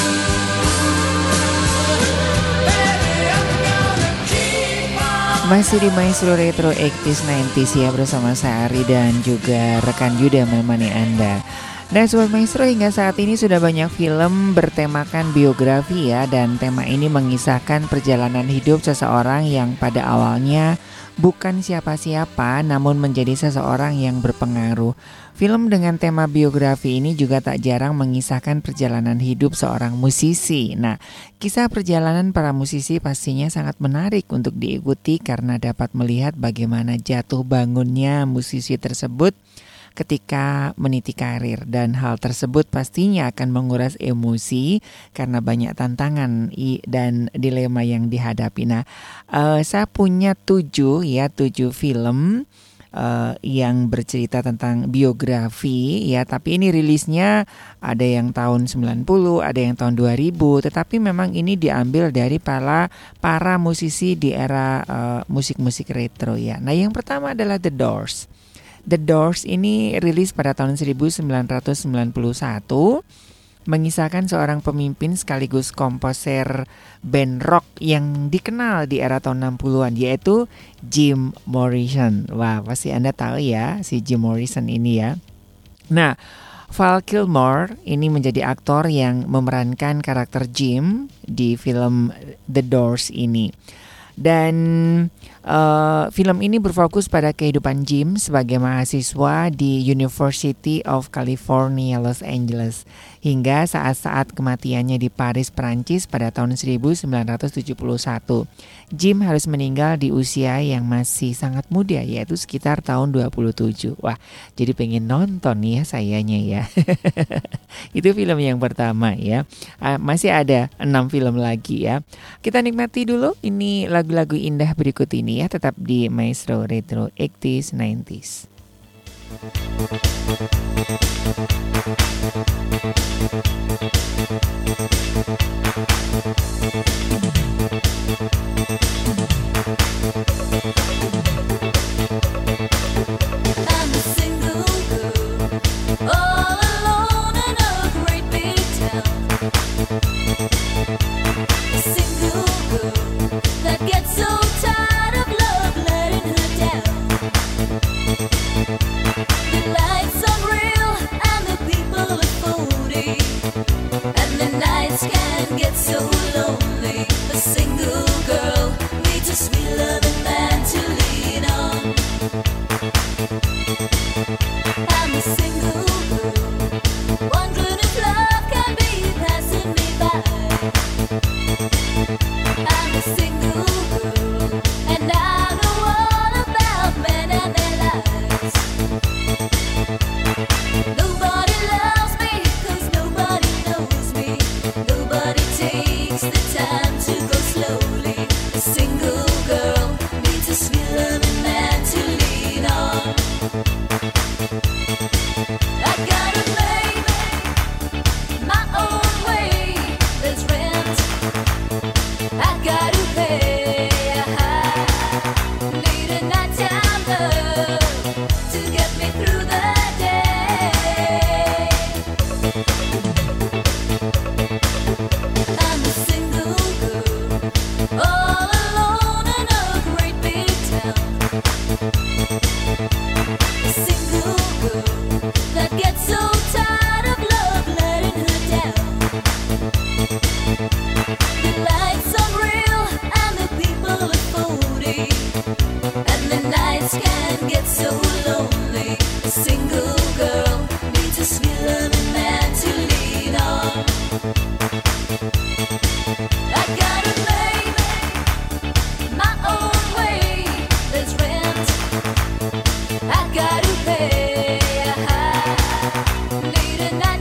Baby, I'm gonna keep on. Masih di Maestro Retro eighties nineties ya, bersama saya Ari dan juga rekan Yuda menemani Anda. Nah Sobat Maestro, hingga saat ini sudah banyak film bertemakan biografi ya, dan tema ini mengisahkan perjalanan hidup seseorang yang pada awalnya bukan siapa-siapa namun menjadi seseorang yang berpengaruh. Film dengan tema biografi ini juga tak jarang mengisahkan perjalanan hidup seorang musisi. Nah, kisah perjalanan para musisi pastinya sangat menarik untuk diikuti karena dapat melihat bagaimana jatuh bangunnya musisi tersebut ketika meniti karir, dan hal tersebut pastinya akan menguras emosi karena banyak tantangan i- dan dilema yang dihadapi. Nah, uh, saya punya tujuh ya tujuh film uh, yang bercerita tentang biografi ya, tapi ini rilisnya ada yang tahun sembilan puluh, ada yang tahun dua ribu, tetapi memang ini diambil dari para para musisi di era uh, musik-musik retro ya. Nah, yang pertama adalah The Doors. The Doors ini rilis pada tahun seribu sembilan ratus sembilan puluh satu, mengisahkan seorang pemimpin sekaligus komposer band rock yang dikenal di era tahun enam puluhan, yaitu Jim Morrison. Wah, pasti Anda tahu ya si Jim Morrison ini ya. Nah, Val Kilmer ini menjadi aktor yang memerankan karakter Jim di film The Doors ini. Dan uh, film ini berfokus pada kehidupan Jim sebagai mahasiswa di University of California, Los Angeles, hingga saat-saat kematiannya di Paris, Prancis pada tahun seribu sembilan ratus tujuh puluh satu. Jim harus meninggal di usia yang masih sangat muda, yaitu sekitar tahun dua puluh tujuh. Wah, jadi pengen nonton nih ya sayanya ya. Itu film yang pertama ya. Uh, masih ada enam film lagi ya. Kita nikmati dulu ini lagu-lagu indah berikut ini ya, tetap di Maestro Retro eighties nineties. I'm a single girl, all alone in a great big town. A single girl that gets so tired of love letting her down. The lights are real and the people are phony, and the nights can get so lonely. A single girl needs a sweet loving man to lean on. I'm a single girl, wondering if love can be passing me by. I'm a single girl, and I know all about men and their lives. Nobody loves me, 'cause nobody knows me. Nobody takes the time to go slowly. A single girl needs a sweet loving man to lean on. I gotta make my own way. There's rent I gotta pay. Need a nighttime love to get me through the day. I'm a single girl, all alone in a great big town. A single girl that gets so tired of love letting her down. The lights are real and the people are phony, and the nights can get so lonely. A single girl needs a sweet loving man to lean on. I gotta make my own way. There's rent I gotta pay. Need a night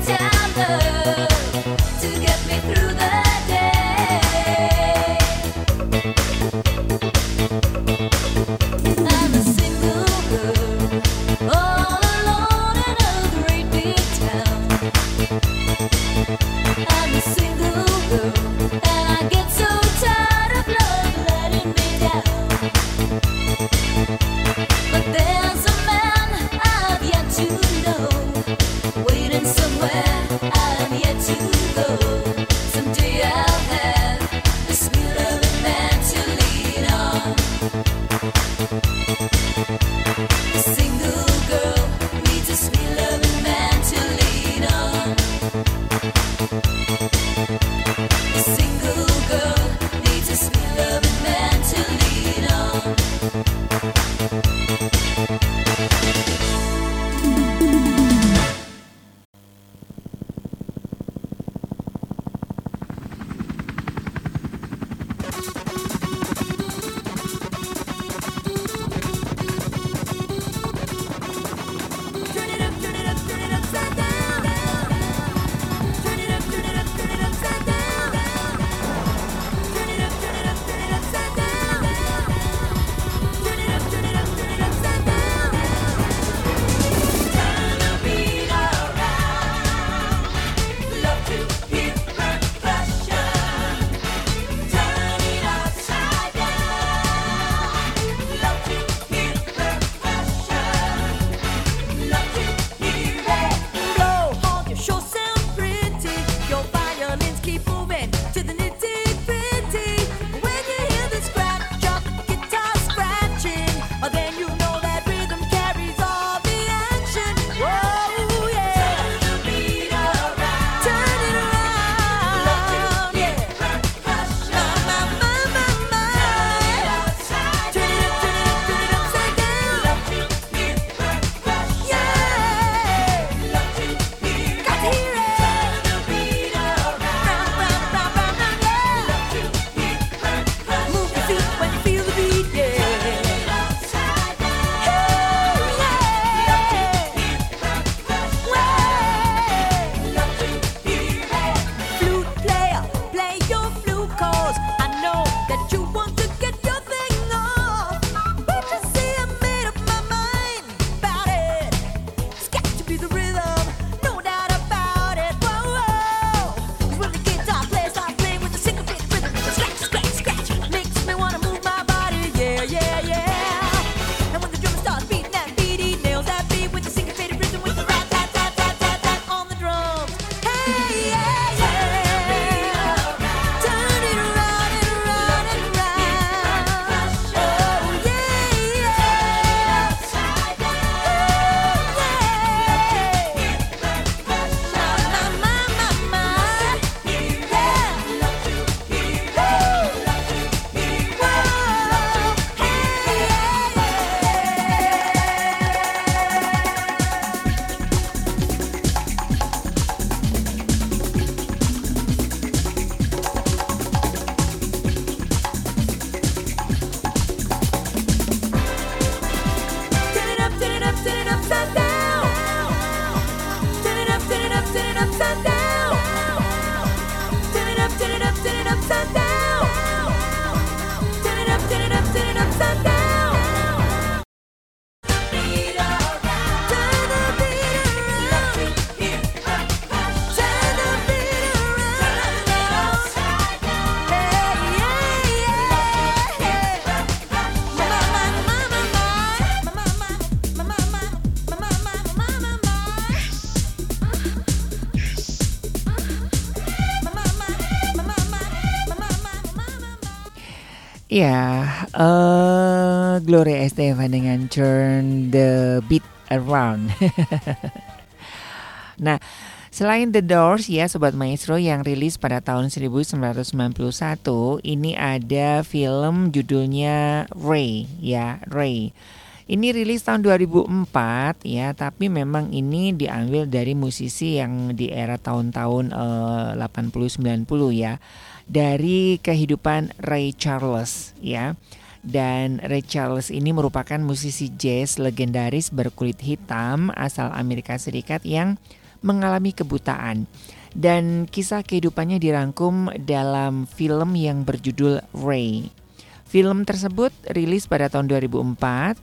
Ya, uh, Gloria Estefan dengan Turn the Beat Around. Nah, selain The Doors ya Sobat Maestro yang rilis pada tahun seribu sembilan ratus sembilan puluh satu, ini ada film judulnya Ray ya, Ray. Ini rilis tahun dua ribu empat ya, tapi memang ini diambil dari musisi yang di era tahun-tahun uh, delapan puluh sembilan puluh ya. Dari kehidupan Ray Charles ya. Dan Ray Charles ini merupakan musisi jazz legendaris berkulit hitam asal Amerika Serikat yang mengalami kebutaan. Dan kisah kehidupannya dirangkum dalam film yang berjudul Ray. Film tersebut rilis pada tahun dua ribu empat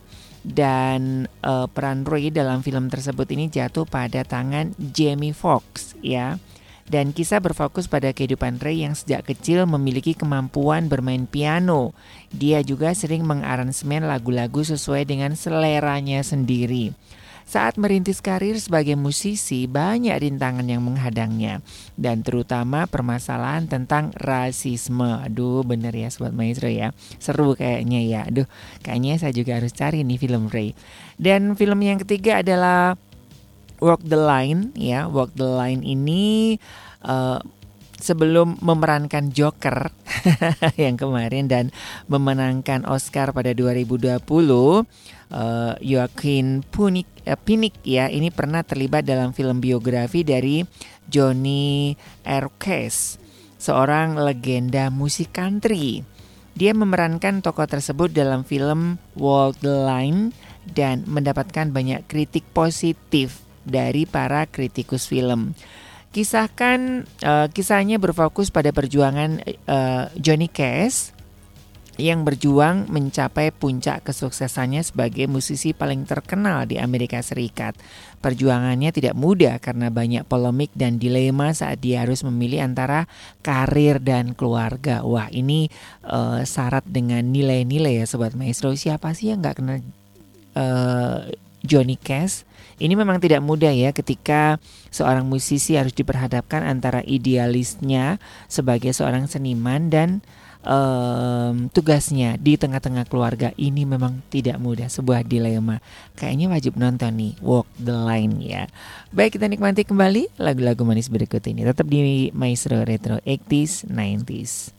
dan uh, peran Ray dalam film tersebut ini jatuh pada tangan Jamie Foxx ya. Dan kisah berfokus pada kehidupan Ray yang sejak kecil memiliki kemampuan bermain piano. Dia juga sering mengaransemen lagu-lagu sesuai dengan seleranya sendiri. Saat merintis karir sebagai musisi, banyak rintangan yang menghadangnya. Dan terutama permasalahan tentang rasisme. Aduh bener ya Sobat Maestro ya. Seru kayaknya ya. Aduh kayaknya saya juga harus cari nih film Ray. Dan film yang ketiga adalah Walk the Line ya. Walk the Line ini uh, sebelum memerankan Joker yang kemarin dan memenangkan Oscar pada dua ribu dua puluh, uh, Joaquin Phoenix, uh, Phoenix ya ini pernah terlibat dalam film biografi dari Johnny Erquez, seorang legenda musik country. Dia memerankan tokoh tersebut dalam film Walk the Line dan mendapatkan banyak kritik positif dari para kritikus film. Kisahkan uh, kisahnya berfokus pada perjuangan uh, Johnny Cash yang berjuang mencapai puncak kesuksesannya sebagai musisi paling terkenal di Amerika Serikat. Perjuangannya tidak mudah karena banyak polemik dan dilema saat dia harus memilih antara karir dan keluarga. Wah, ini uh, syarat dengan nilai-nilai ya Sobat Maestro. Siapa sih yang gak kenal uh, Johnny Cash? Ini memang tidak mudah ya ketika seorang musisi harus diperhadapkan antara idealisnya sebagai seorang seniman dan um, tugasnya di tengah-tengah keluarga. Ini memang tidak mudah, sebuah dilema. Kayaknya wajib nonton nih Walk the Line ya. Baik, kita nikmati kembali lagu-lagu manis berikut ini. Tetap di Maestro Retro eighties nineties.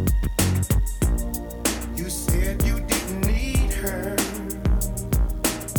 You said you didn't need her.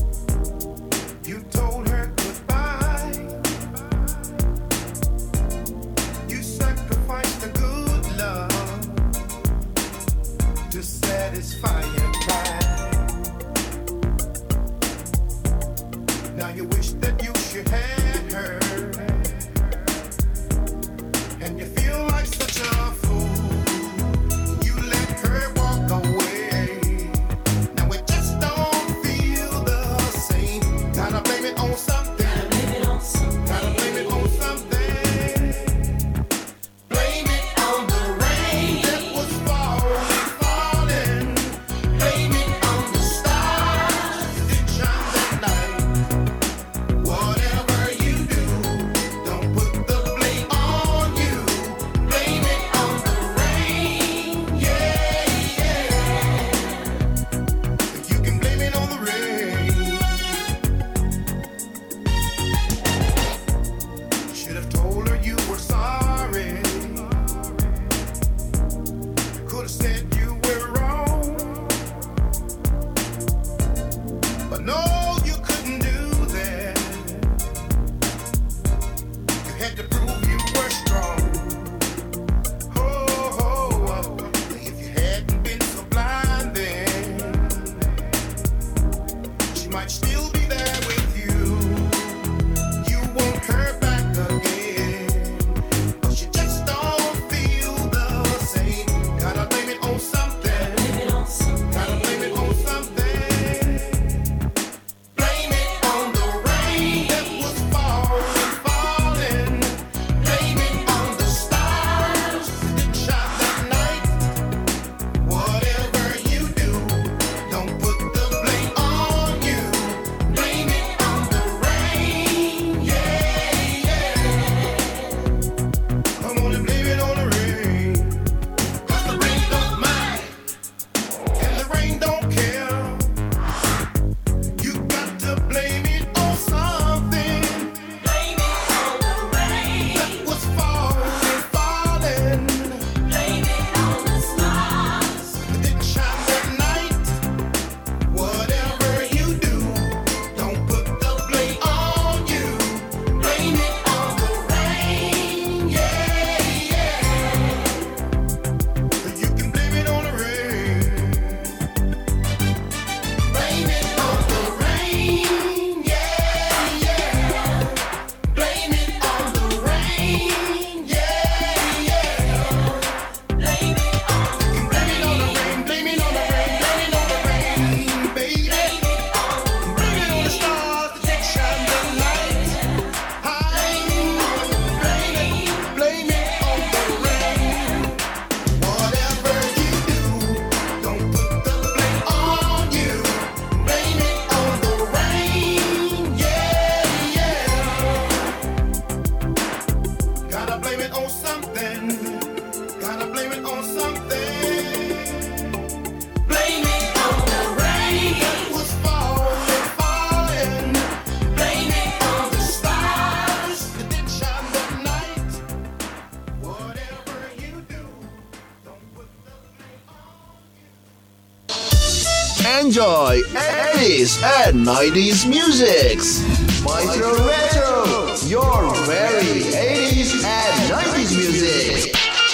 Enjoy eighties and nineties musics. Maestro Retro, your very eighties and nineties music.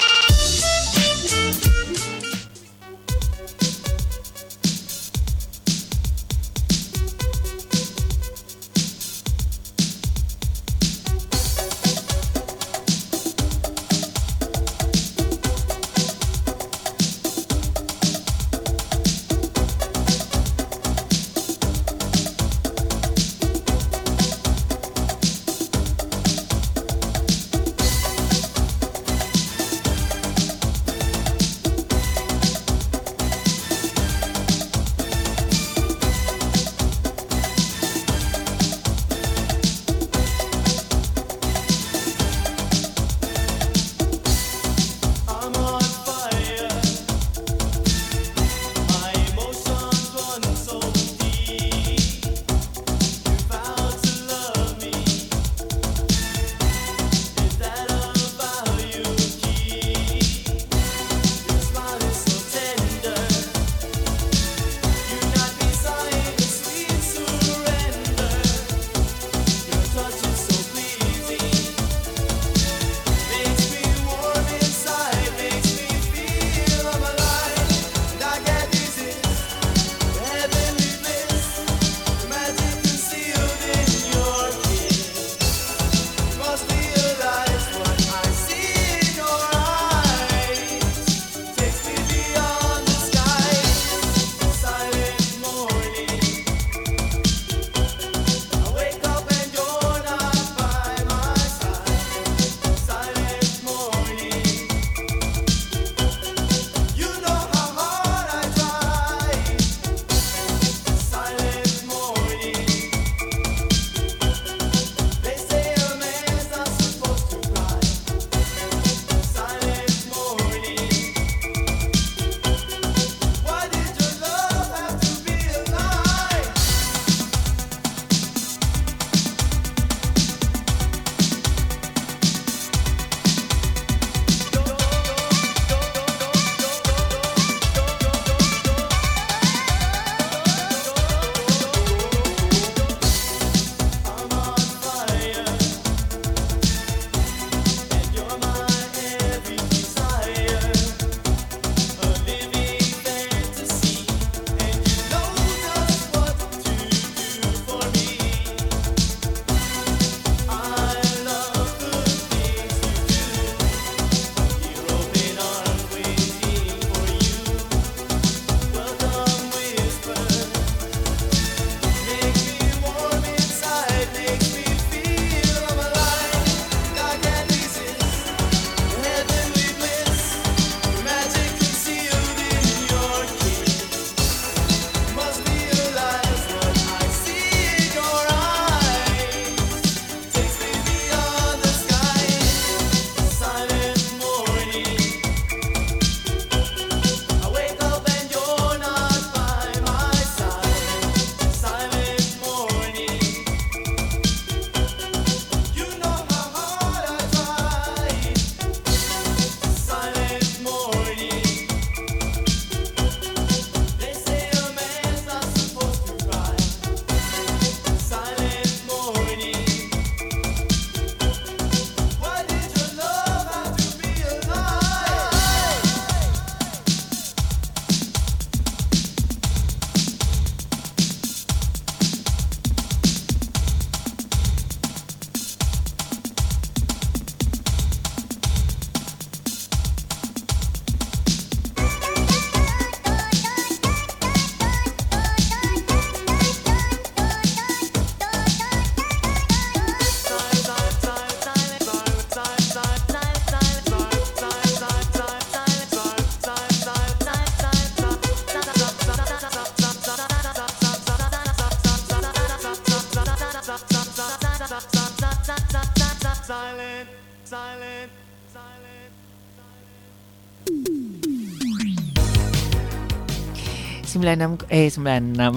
sembilan enam eh sembilan enam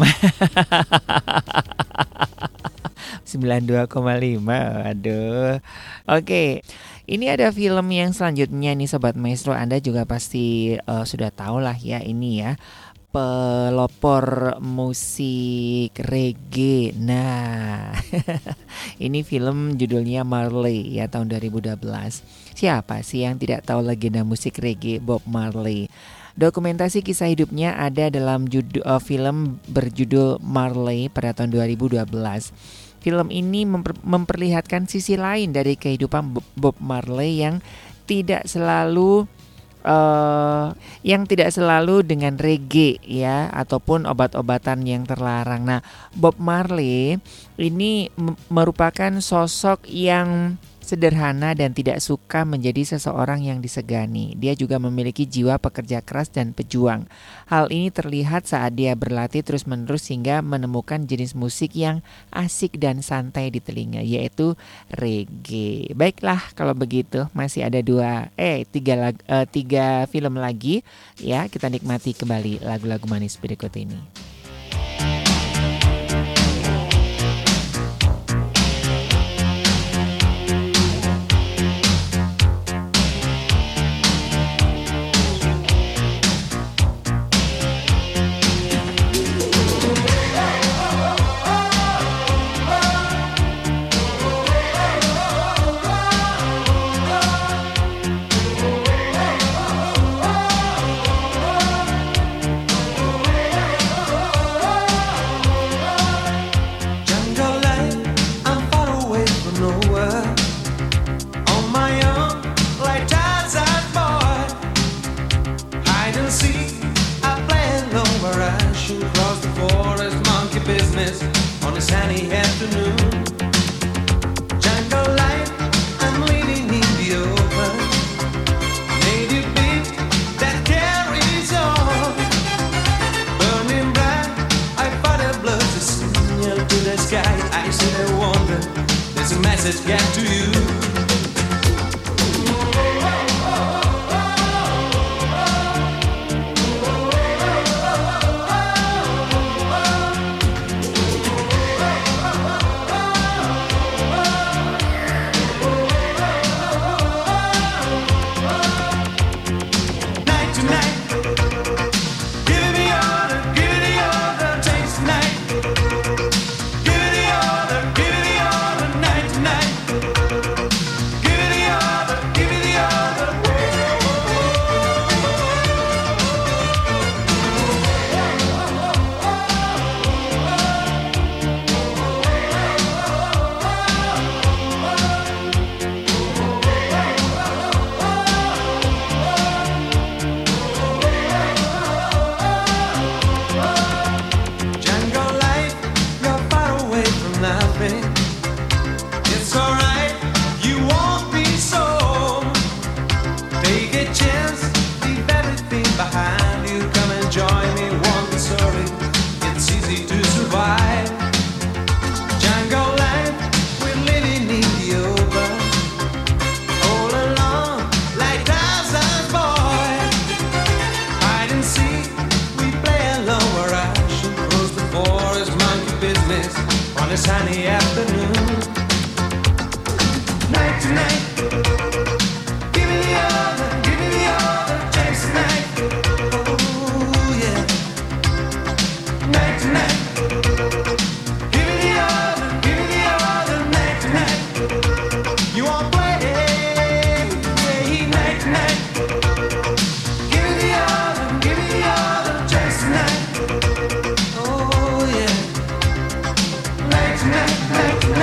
sembilan dua koma lima. Aduh. Oke. Ini ada film yang selanjutnya nih Sobat Maestro, Anda juga pasti uh, sudah tahu lah ya ini ya. pelopor musik reggae. Nah, ini film judulnya Marley ya, tahun dua ribu dua belas. Siapa sih yang tidak tahu legenda musik reggae Bob Marley? Dokumentasi kisah hidupnya ada dalam judul, uh, film berjudul Marley pada tahun dua ribu dua belas. Film ini memper, memperlihatkan sisi lain dari kehidupan Bob Marley yang tidak selalu Uh, yang tidak selalu dengan reggae ya, ataupun obat-obatan yang terlarang. Nah, Bob Marley ini m- merupakan sosok yang sederhana dan tidak suka menjadi seseorang yang disegani. Dia juga memiliki jiwa pekerja keras dan pejuang. Hal ini terlihat saat dia berlatih terus-menerus hingga menemukan jenis musik yang asik dan santai di telinga, yaitu reggae. Baiklah, kalau begitu masih ada dua, eh tiga, lag, eh, tiga film lagi ya, kita nikmati kembali lagu-lagu manis berikut ini. Night, night, night.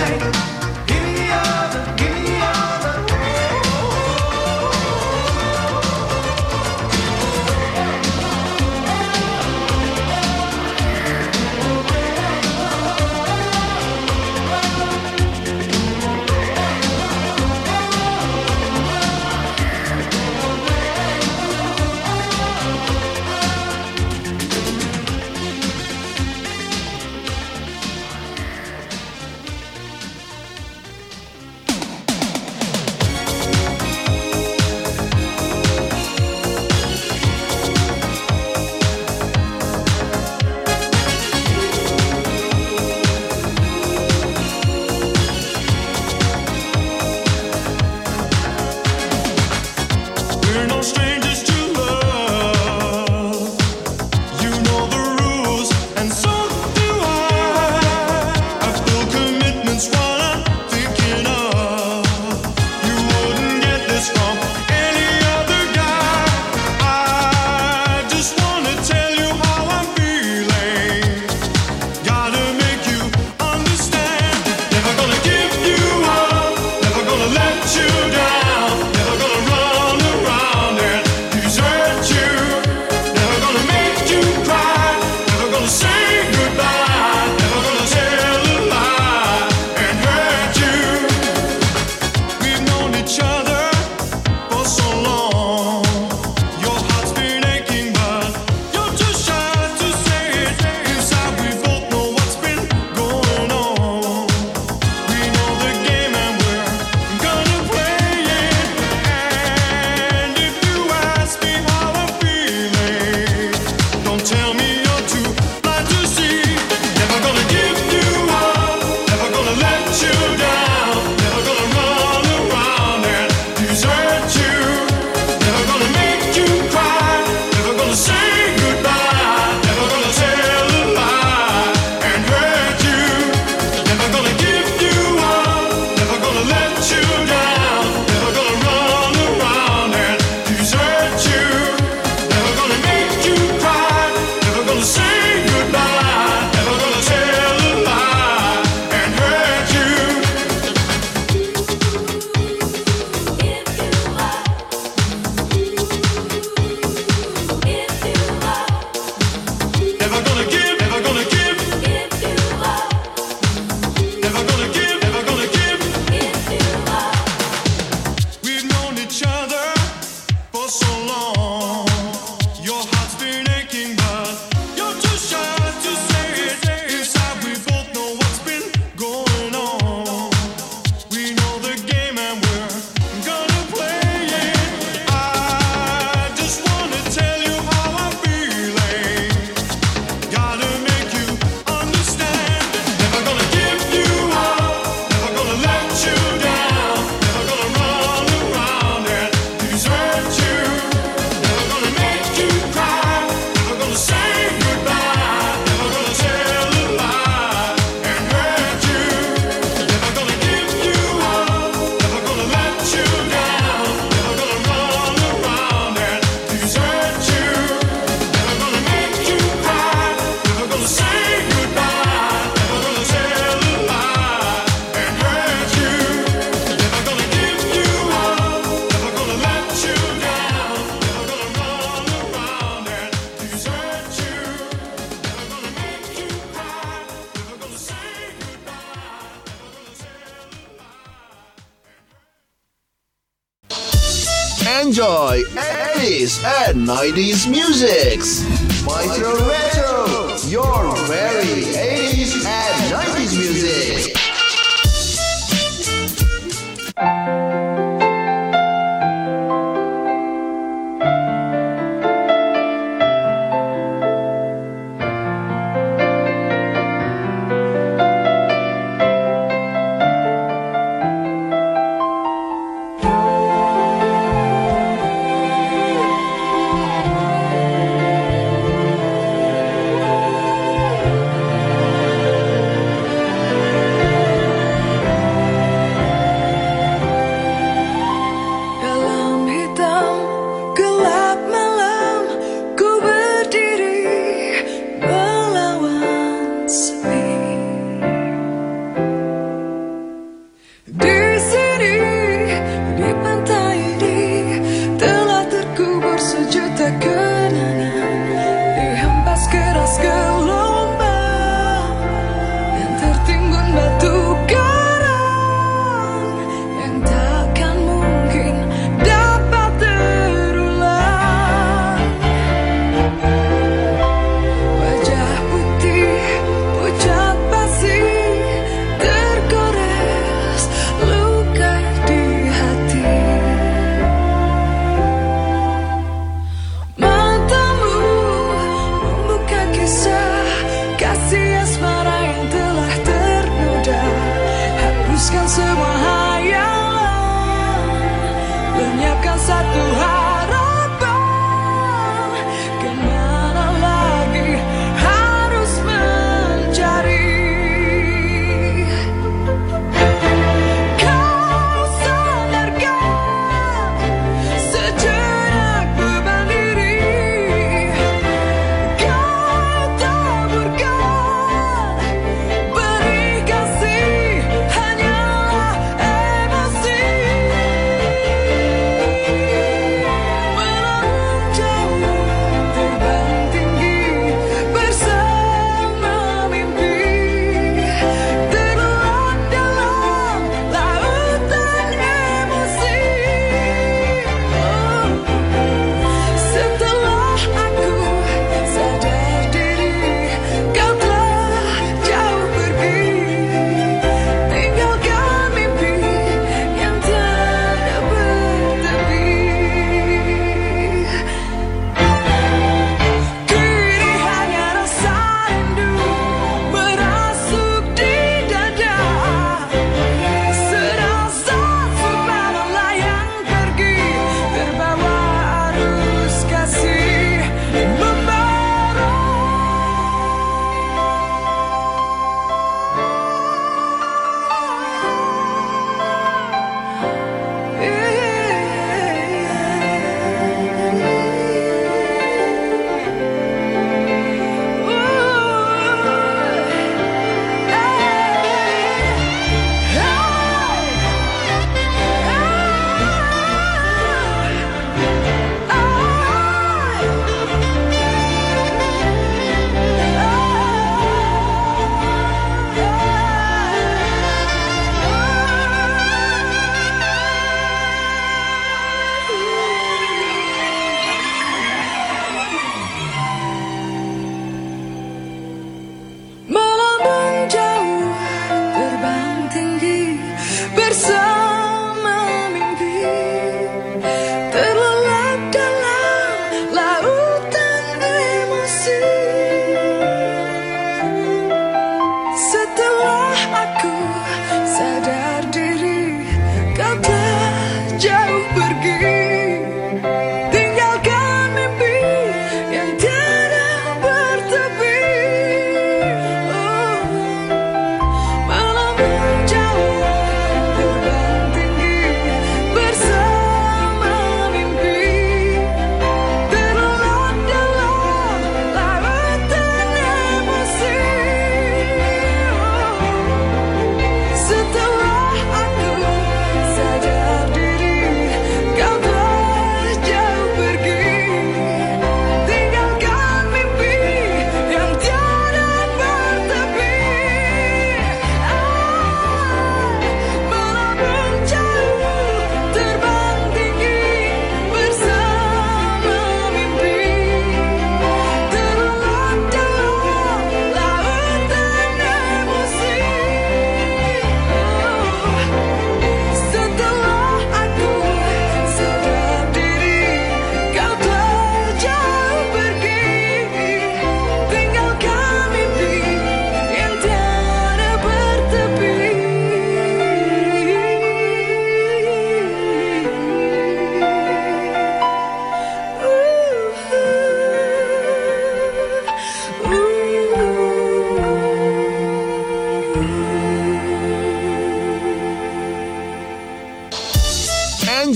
enjoy eighties and nineties musics. Maestro Retro, your very eighties and nineties music.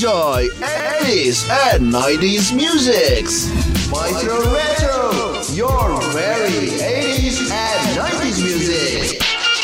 enjoy eighties and nineties musics. Maestro Retro, your very eighties and nineties music.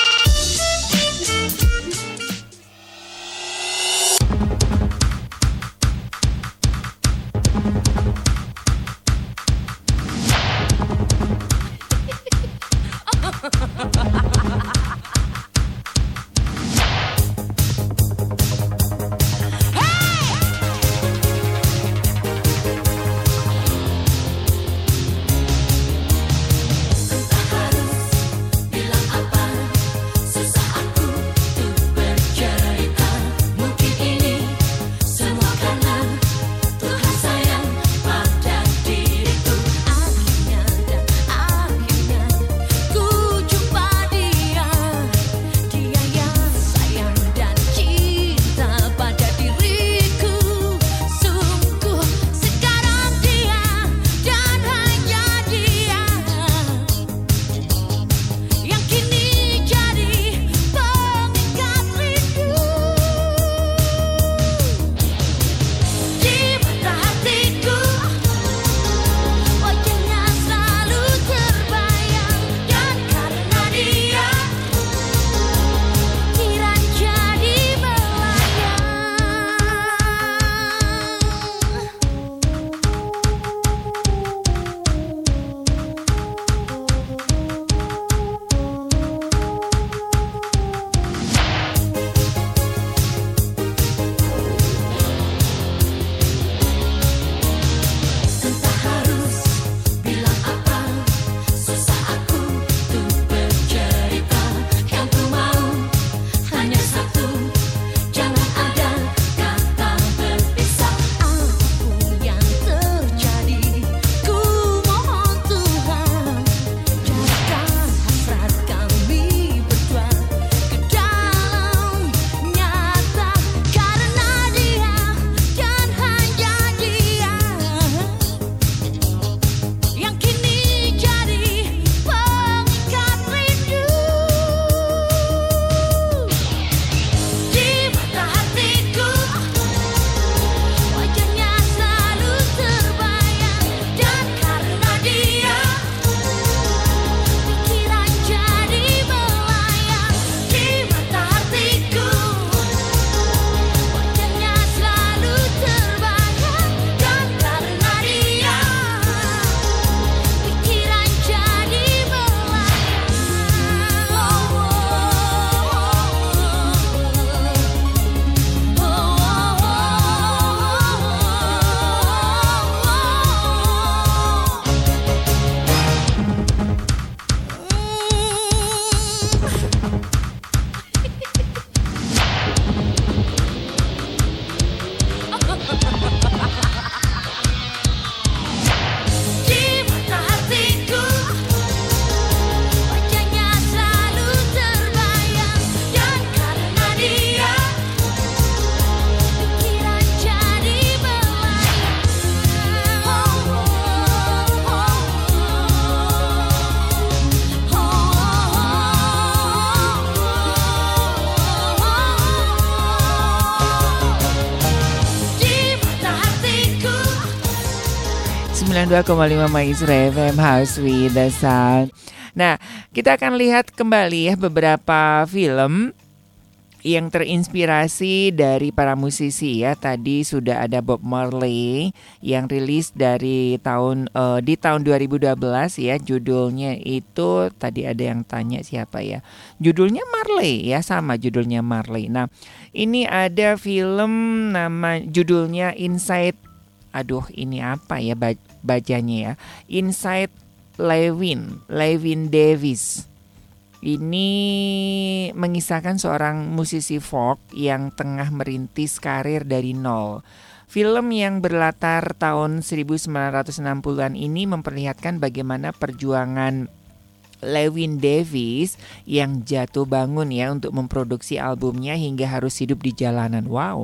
sembilan puluh dua koma lima Maestro F M House with the Sound. Nah, kita akan lihat kembali ya beberapa film yang terinspirasi dari para musisi ya. Tadi sudah ada Bob Marley yang rilis dari tahun uh, di tahun dua ribu dua belas ya. Judulnya itu tadi ada yang tanya siapa ya. Judulnya Marley ya, sama judulnya Marley. Nah, ini ada film nama judulnya Inside. Aduh, ini apa ya bacanya ya? Inside Llewyn, Llewyn Davis. Ini mengisahkan seorang musisi folk yang tengah merintis karir dari nol. Film yang berlatar tahun seribu sembilan ratus enam puluhan ini memperlihatkan bagaimana perjuangan Llewyn Davis yang jatuh bangun ya untuk memproduksi albumnya hingga harus hidup di jalanan. Wow,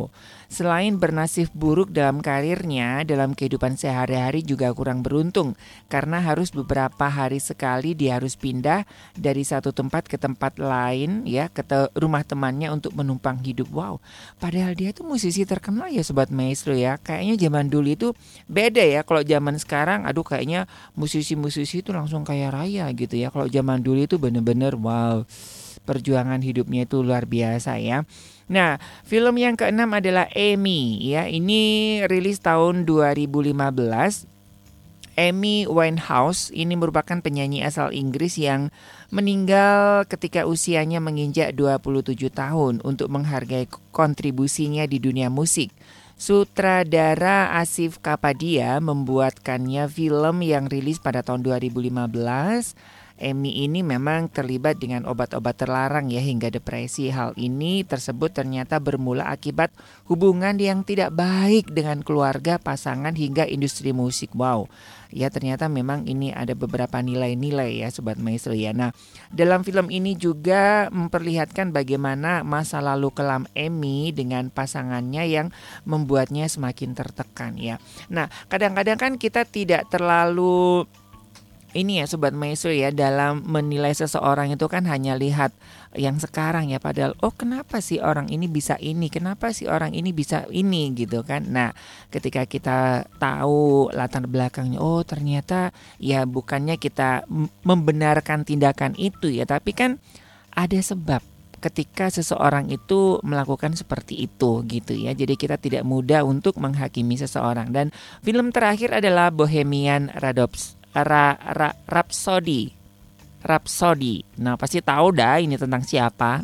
Selain bernasib buruk dalam karirnya, dalam kehidupan sehari-hari juga kurang beruntung karena harus beberapa hari sekali dia harus pindah dari satu tempat ke tempat lain ya, ke te- rumah temannya untuk menumpang hidup. Wow, padahal dia tuh musisi terkenal ya Sobat Maestro ya. Kayaknya zaman dulu itu beda ya. Kalau zaman sekarang aduh kayaknya musisi-musisi itu langsung kaya raya gitu ya. Kalau zaman dulu itu bener-bener wow, perjuangan hidupnya itu luar biasa ya. Nah, film yang keenam adalah Amy ya. Ini rilis tahun dua ribu lima belas. Amy Winehouse ini merupakan penyanyi asal Inggris yang meninggal ketika usianya menginjak dua puluh tujuh tahun untuk menghargai kontribusinya di dunia musik. Sutradara Asif Kapadia membuatkannya film yang rilis pada tahun dua ribu lima belas. Amy ini memang terlibat dengan obat-obat terlarang ya hingga depresi. Hal ini tersebut ternyata bermula akibat hubungan yang tidak baik dengan keluarga, pasangan hingga industri musik. Wow, ya ternyata memang ini ada beberapa nilai-nilai ya Sobat Maestro ya. Nah, dalam film ini juga memperlihatkan bagaimana masa lalu kelam Amy dengan pasangannya yang membuatnya semakin tertekan ya. Nah, kadang-kadang kan kita tidak terlalu ini ya Sobat Maestro ya, dalam menilai seseorang itu kan hanya lihat yang sekarang ya. Padahal oh kenapa sih orang ini bisa ini, kenapa sih orang ini bisa ini gitu kan. Nah ketika kita tahu latar belakangnya, oh ternyata ya bukannya kita membenarkan tindakan itu ya, tapi kan ada sebab ketika seseorang itu melakukan seperti itu gitu ya. Jadi kita tidak mudah untuk menghakimi seseorang. Dan film terakhir adalah Bohemian Rhapsody. Ra, ra, Rhapsody, Rhapsody. Nah pasti tahu dah ini tentang siapa.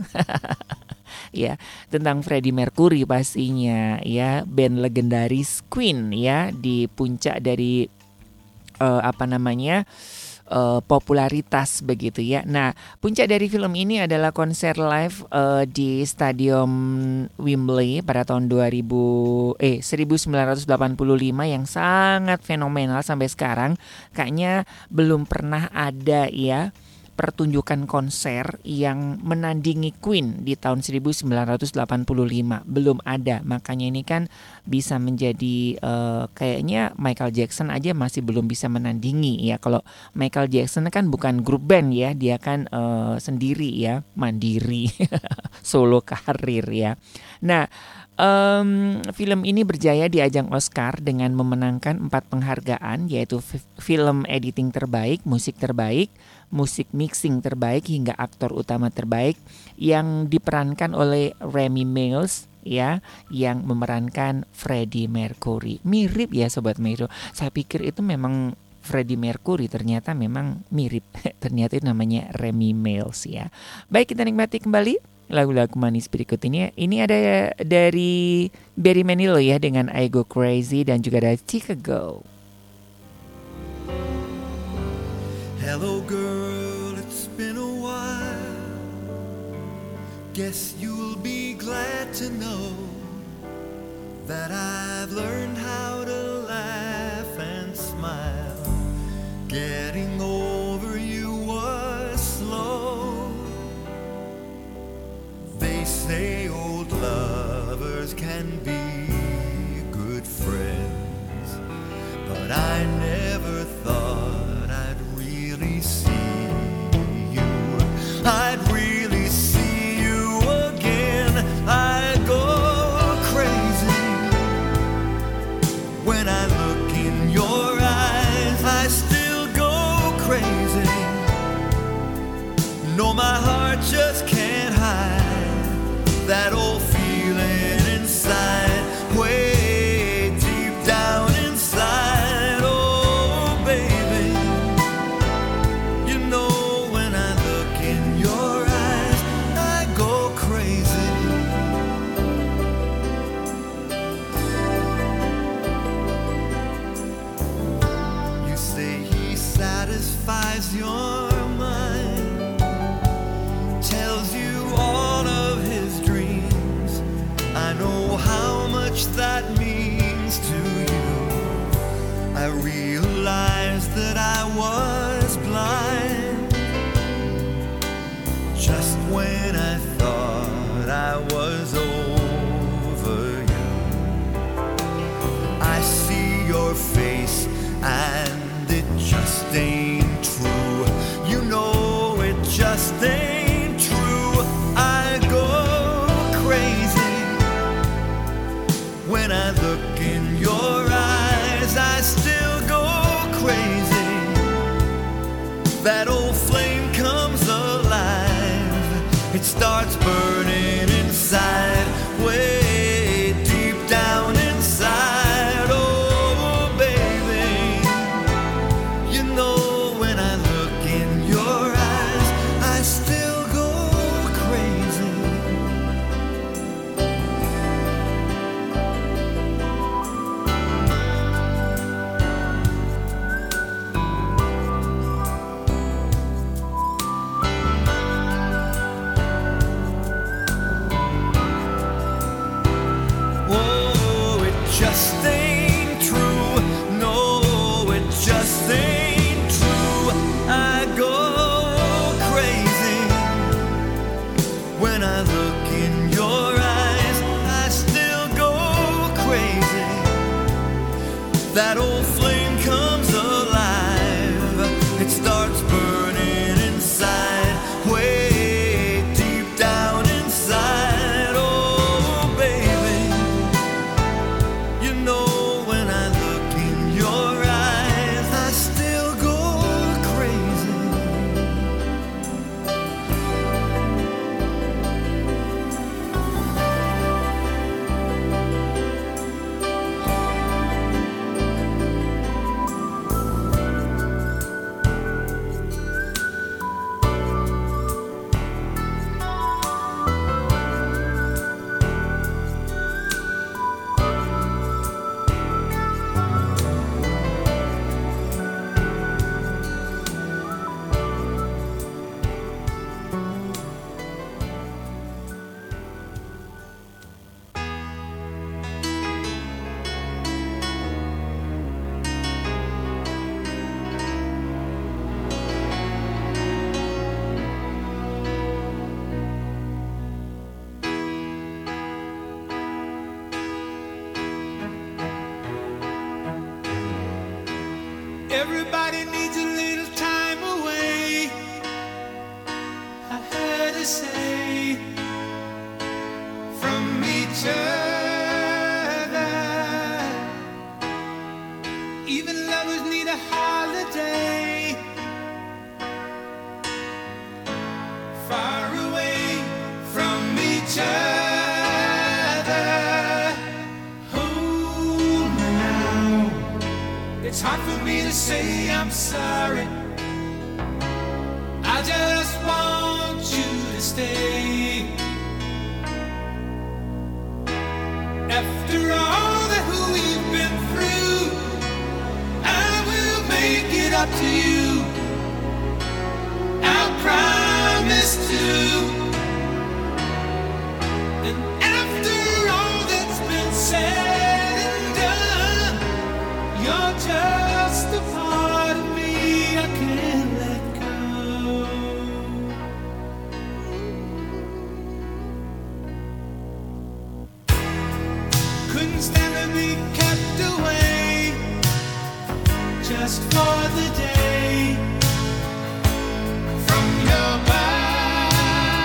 Ya, tentang Freddie Mercury pastinya ya, band legendaris Queen ya, di puncak dari uh, apa namanya uh, popularitas begitu ya. Nah puncak dari film ini adalah konser live uh, di Stadium Wembley pada tahun dua ribu eh seribu sembilan ratus delapan puluh lima yang sangat fenomenal sampai sekarang. Kayaknya belum pernah ada ya pertunjukan konser yang menandingi Queen di tahun seribu sembilan ratus delapan puluh lima. Belum ada, makanya ini kan bisa menjadi uh, kayaknya Michael Jackson aja masih belum bisa menandingi ya. Kalau Michael Jackson kan bukan grup band ya, dia kan uh, sendiri ya, mandiri, solo karir ya. Nah Um, film ini berjaya di ajang Oscar dengan memenangkan empat penghargaan, yaitu f- film editing terbaik, musik terbaik, musik mixing terbaik, hingga aktor utama terbaik yang diperankan oleh Rami Malek ya, yang memerankan Freddie Mercury. Mirip ya Sobat Maestro. Saya pikir itu memang Freddie Mercury, ternyata memang mirip. Ternyata itu namanya Rami Malek ya. Baik, kita nikmati kembali lagu-lagu manis berikut ini. Ini ada dari Barry Manilow ya dengan I Go Crazy, dan juga ada Chicago. Hello girl, it's been a while. Guess you'll be glad to know that I've learned how to laugh and smile. Getting over you was slow. They say old lovers can be good friends, but I never thought I'd really see you. I'd really see you again. I'd go crazy when I look in your eyes. I still go crazy. No, my heart just can't hide that old feeling inside, way deep down inside. Oh baby, you know when I look in your eyes, I go crazy. You say he satisfies your mind, tells you all of his dreams. I know how much that means to you. I realized that I was blind just when I thought I was over you. that old flame comes alive. It starts burning inside, way deep down inside. Oh, baby, you know when I look in your eyes, I still go crazy. Oh, it just ain't true. No, it just ain't true. I go crazy when I look in your eyes. I still go crazy. That old flame comes alive. It starts burning inside, way deep down inside. Oh, baby, you know when I look in your eyes, I still go crazy. Everybody needs a little time away, I heard her say, from each other. Even lovers need a holiday, far away from each other. Hold me now. It's hard for me to say I'm sorry. I just want you to stay. After all that we've been through, I will make it up to you. I'll promise to. And after all that's been said and done, you're just a part of me I can't let go. Couldn't stand to be kept away just for the day from your body.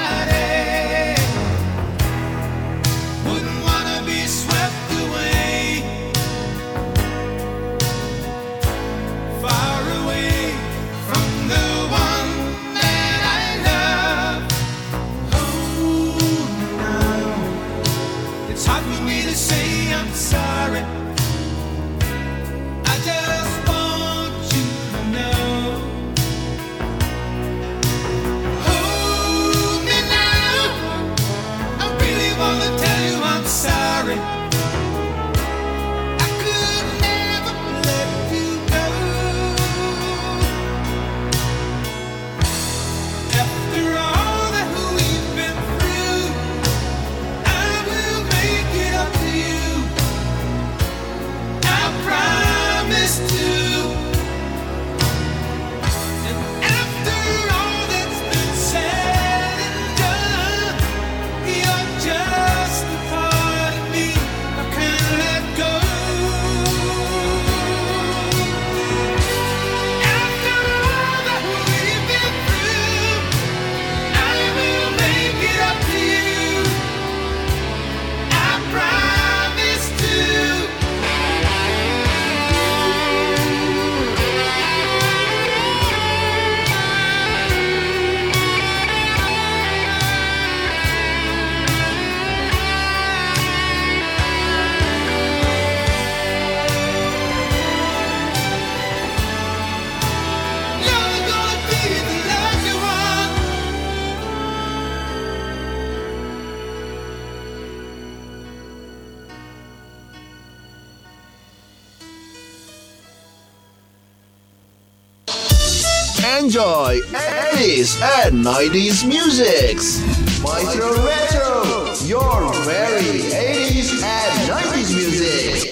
enjoy eighties and nineties musics. Maestro Retro, your very eighties and nineties music.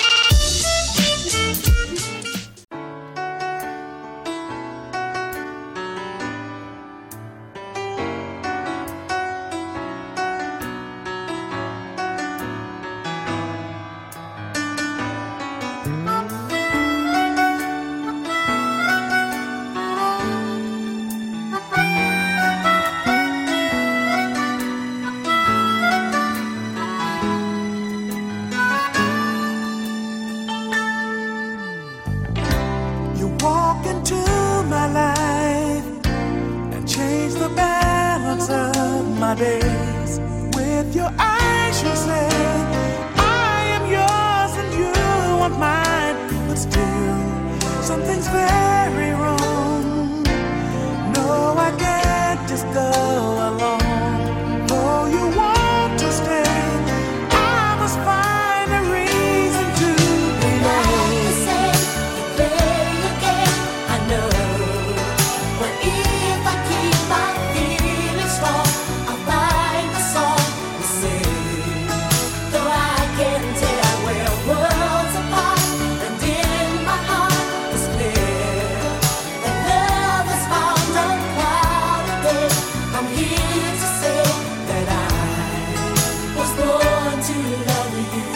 You walk into my life and change the balance of my days. With your eyes you say, I am yours and you want mine. But still, something's very wrong. No, I can't just go alone. Though you want to stay, I must find a reason to Like you delay. say, you play a game, I know. But if I keep my feelings strong, I'll find the song to sing. Though I can tell we're worlds apart, and in my heart it's clear that love is found on cloudy days. I'm here to say that I was born to love you.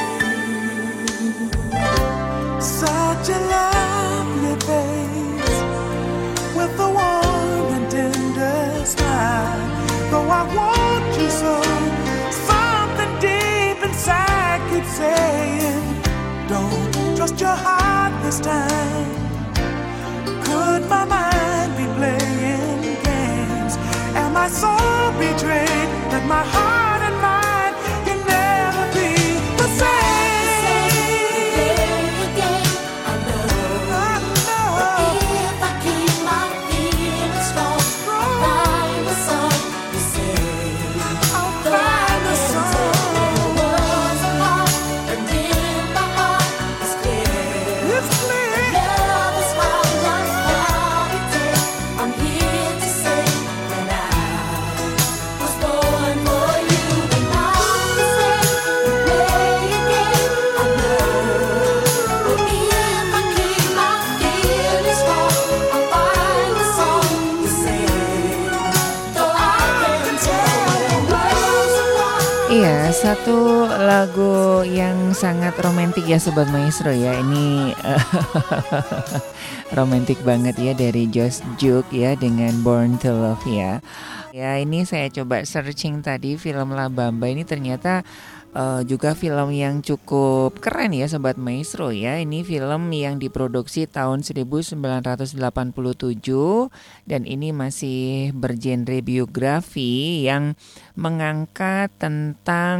Such a lovely face with a warm and tender smile. Though I want you so, something deep inside keeps saying, don't trust your heart this time. Could my mind be playing games? Am I so betrayed that my heart and mind can never be the same? Iya, satu lagu yang sangat romantis ya Sobat Maestro ya. Ini eh, romantis banget ya dari Josh Juk ya dengan Born to Love ya. Ya ini saya coba searching tadi film La Bamba ini ternyata eh, juga film yang cukup keren ya Sobat Maestro ya. Ini film yang diproduksi tahun seribu sembilan ratus delapan puluh tujuh dan ini masih bergenre biografi yang mengangkat tentang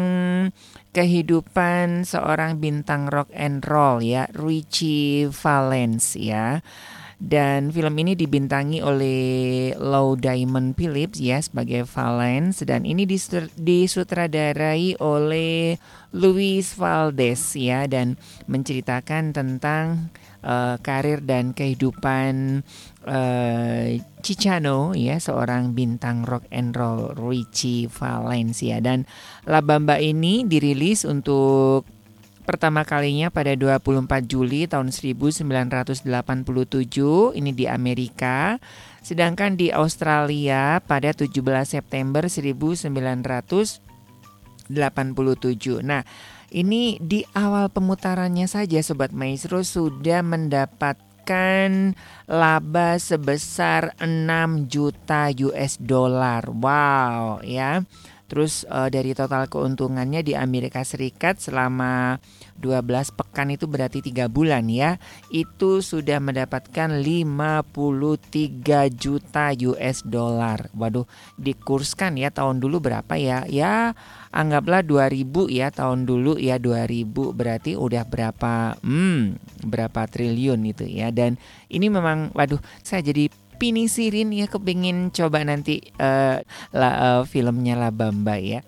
kehidupan seorang bintang rock and roll ya, Richie Valens ya. Dan film ini dibintangi oleh Lou Diamond Phillips ya sebagai Valens dan ini disut- disutradarai oleh Luis Valdez ya dan menceritakan tentang uh, karir dan kehidupan uh, Chicano ya seorang bintang rock and roll Richie Valens ya. Dan La Bamba ini dirilis untuk pertama kalinya pada dua puluh empat Juli tahun seribu sembilan ratus delapan puluh tujuh ini di Amerika, sedangkan di Australia pada tujuh belas September seribu sembilan ratus delapan puluh tujuh. Nah, ini di awal pemutarannya saja Sobat Maestro sudah mendapatkan laba sebesar enam juta U S dollar. Wow, ya. Terus uh, dari total keuntungannya di Amerika Serikat selama dua belas pekan itu berarti tiga bulan ya. Itu sudah mendapatkan lima puluh tiga juta U S dollar. Waduh, dikurskan ya tahun dulu berapa ya? Ya anggaplah dua ribu ya tahun dulu ya dua ribu berarti udah berapa hmm berapa triliun itu ya. Dan ini memang waduh saya jadi pinisirin ya kepingin coba nanti uh, la, uh, filmnya La Bamba ya.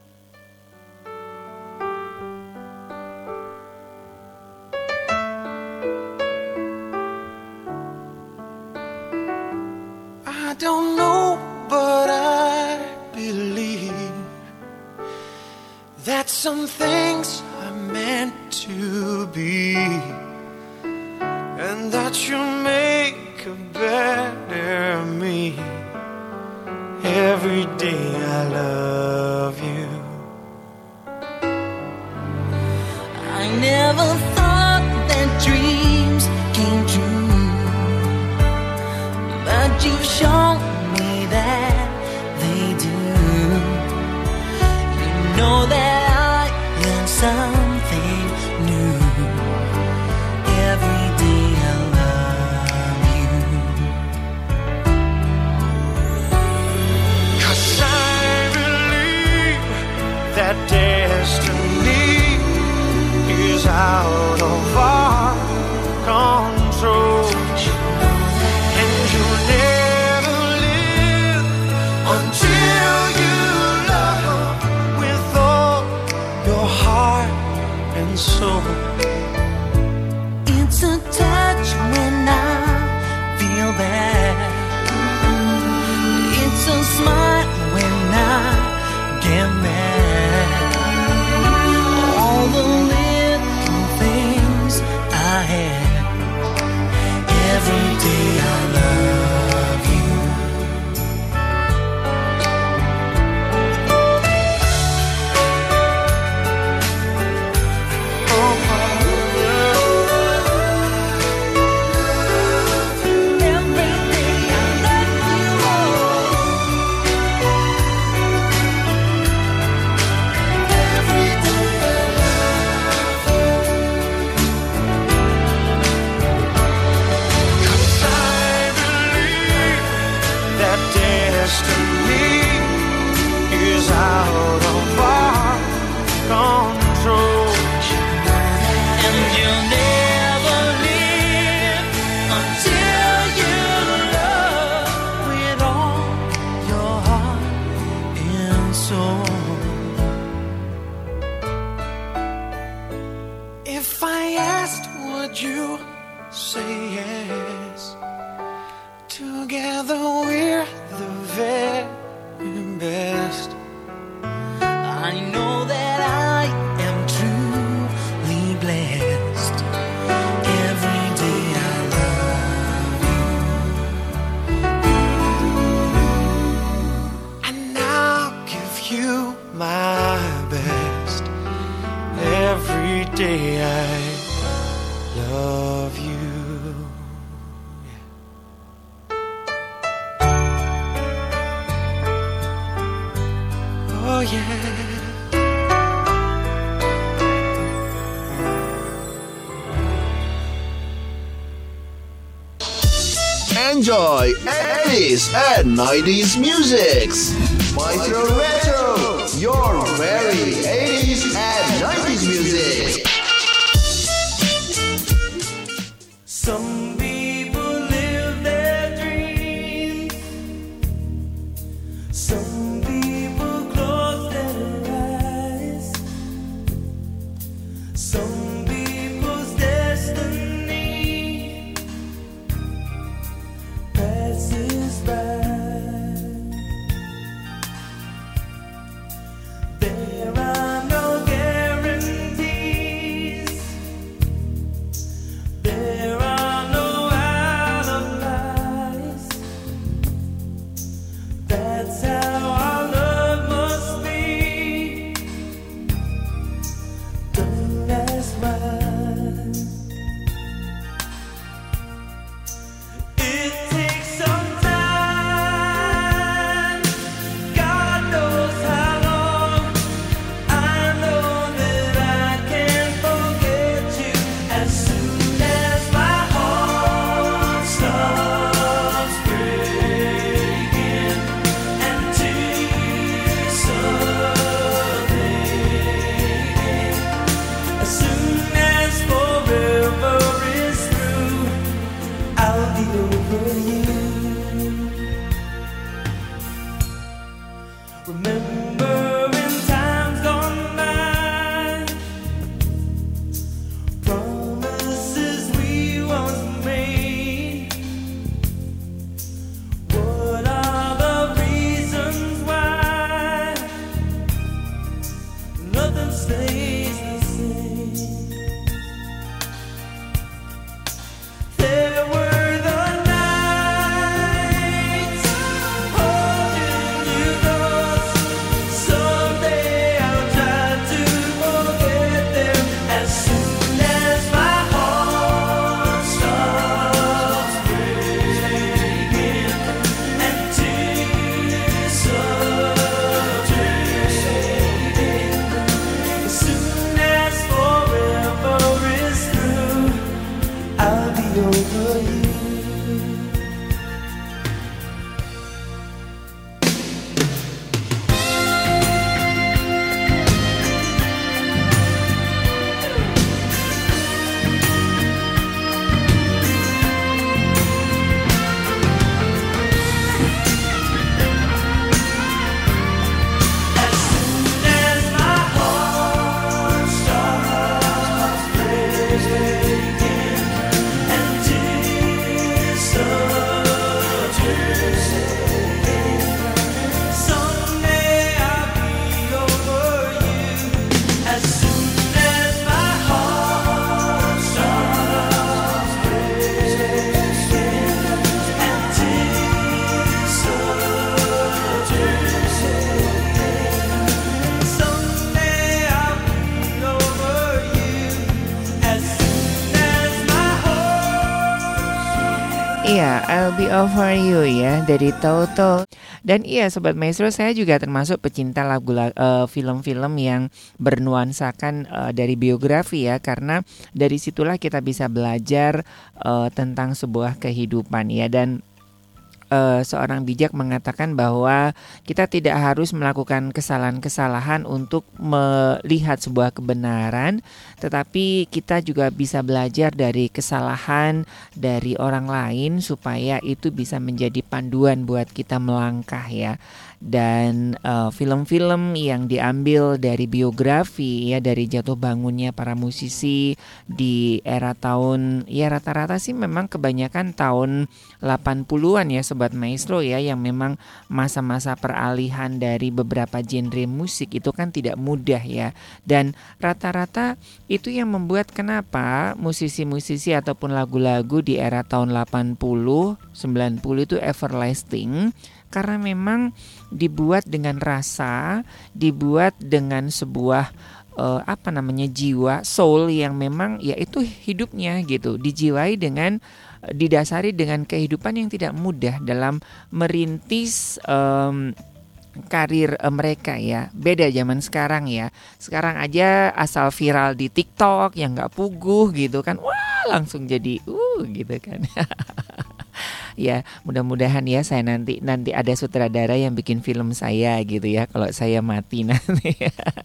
I I don't know, but I believe that some things are meant to be, and that you'll make a better me. Every day I love you. I never thought that dreams came true, but you've shown me that they do. You know that I learned something new. Every day I love you. 'Cause I believe that destiny is out of our control, and you'll never live until you love with all your heart and soul. It's a touch when I feel bad. It's a smile when I get mad. All the little things I had. Every day I love you. Destiny is out of our control, And you'll never live until you love with all your heart and soul. if I asked, would you say yes? Together we're the very best. I know that I am truly blessed. Every day I love you. And I'll give you my best. Every day I love you. Oh yeah. Enjoy eighties and nineties musics. Maestro Retro, your very eighties and nineties music. Some people live their dreams. Some people close their eyes. Some people's destiny passes by. There are no guarantees. There are no alibis. That's how our love must be. Don't last mine. It takes some time. God knows how long. I know that I can forget you as soon as my heart stops breaking and tears start fading. As soon as forever is through, I'll be over you. Remember in times gone by, promises we once made. What I'll Be Over You ya dari Toto. Dan iya Sobat Maestro, saya juga termasuk pecinta lagu uh, film-film yang bernuansakan uh, dari biografi ya, karena dari situlah kita bisa belajar uh, tentang sebuah kehidupan ya. Dan Uh, seorang bijak mengatakan bahwa kita tidak harus melakukan kesalahan-kesalahan untuk melihat sebuah kebenaran, tetapi kita juga bisa belajar dari kesalahan dari orang lain supaya itu bisa menjadi panduan buat kita melangkah ya. Dan uh, film-film yang diambil dari biografi ya, dari jatuh bangunnya para musisi di era tahun ya rata-rata sih memang kebanyakan tahun delapan puluhan ya Sobat Maestro ya, yang memang masa-masa peralihan dari beberapa genre musik itu kan tidak mudah ya. Dan rata-rata itu yang membuat kenapa musisi-musisi ataupun lagu-lagu di era tahun delapan puluh sembilan puluh itu everlasting, karena memang dibuat dengan rasa, dibuat dengan sebuah uh, apa namanya jiwa, soul yang memang ya itu hidupnya gitu, dijiwai dengan didasari dengan kehidupan yang tidak mudah dalam merintis um, karir uh, mereka ya. Beda zaman sekarang ya. Sekarang aja asal viral di TikTok yang nggak puguh gitu kan, wah langsung jadi uh gitu kan. Ya, mudah-mudahan ya saya nanti nanti ada sutradara yang bikin film saya gitu ya kalau saya mati nanti.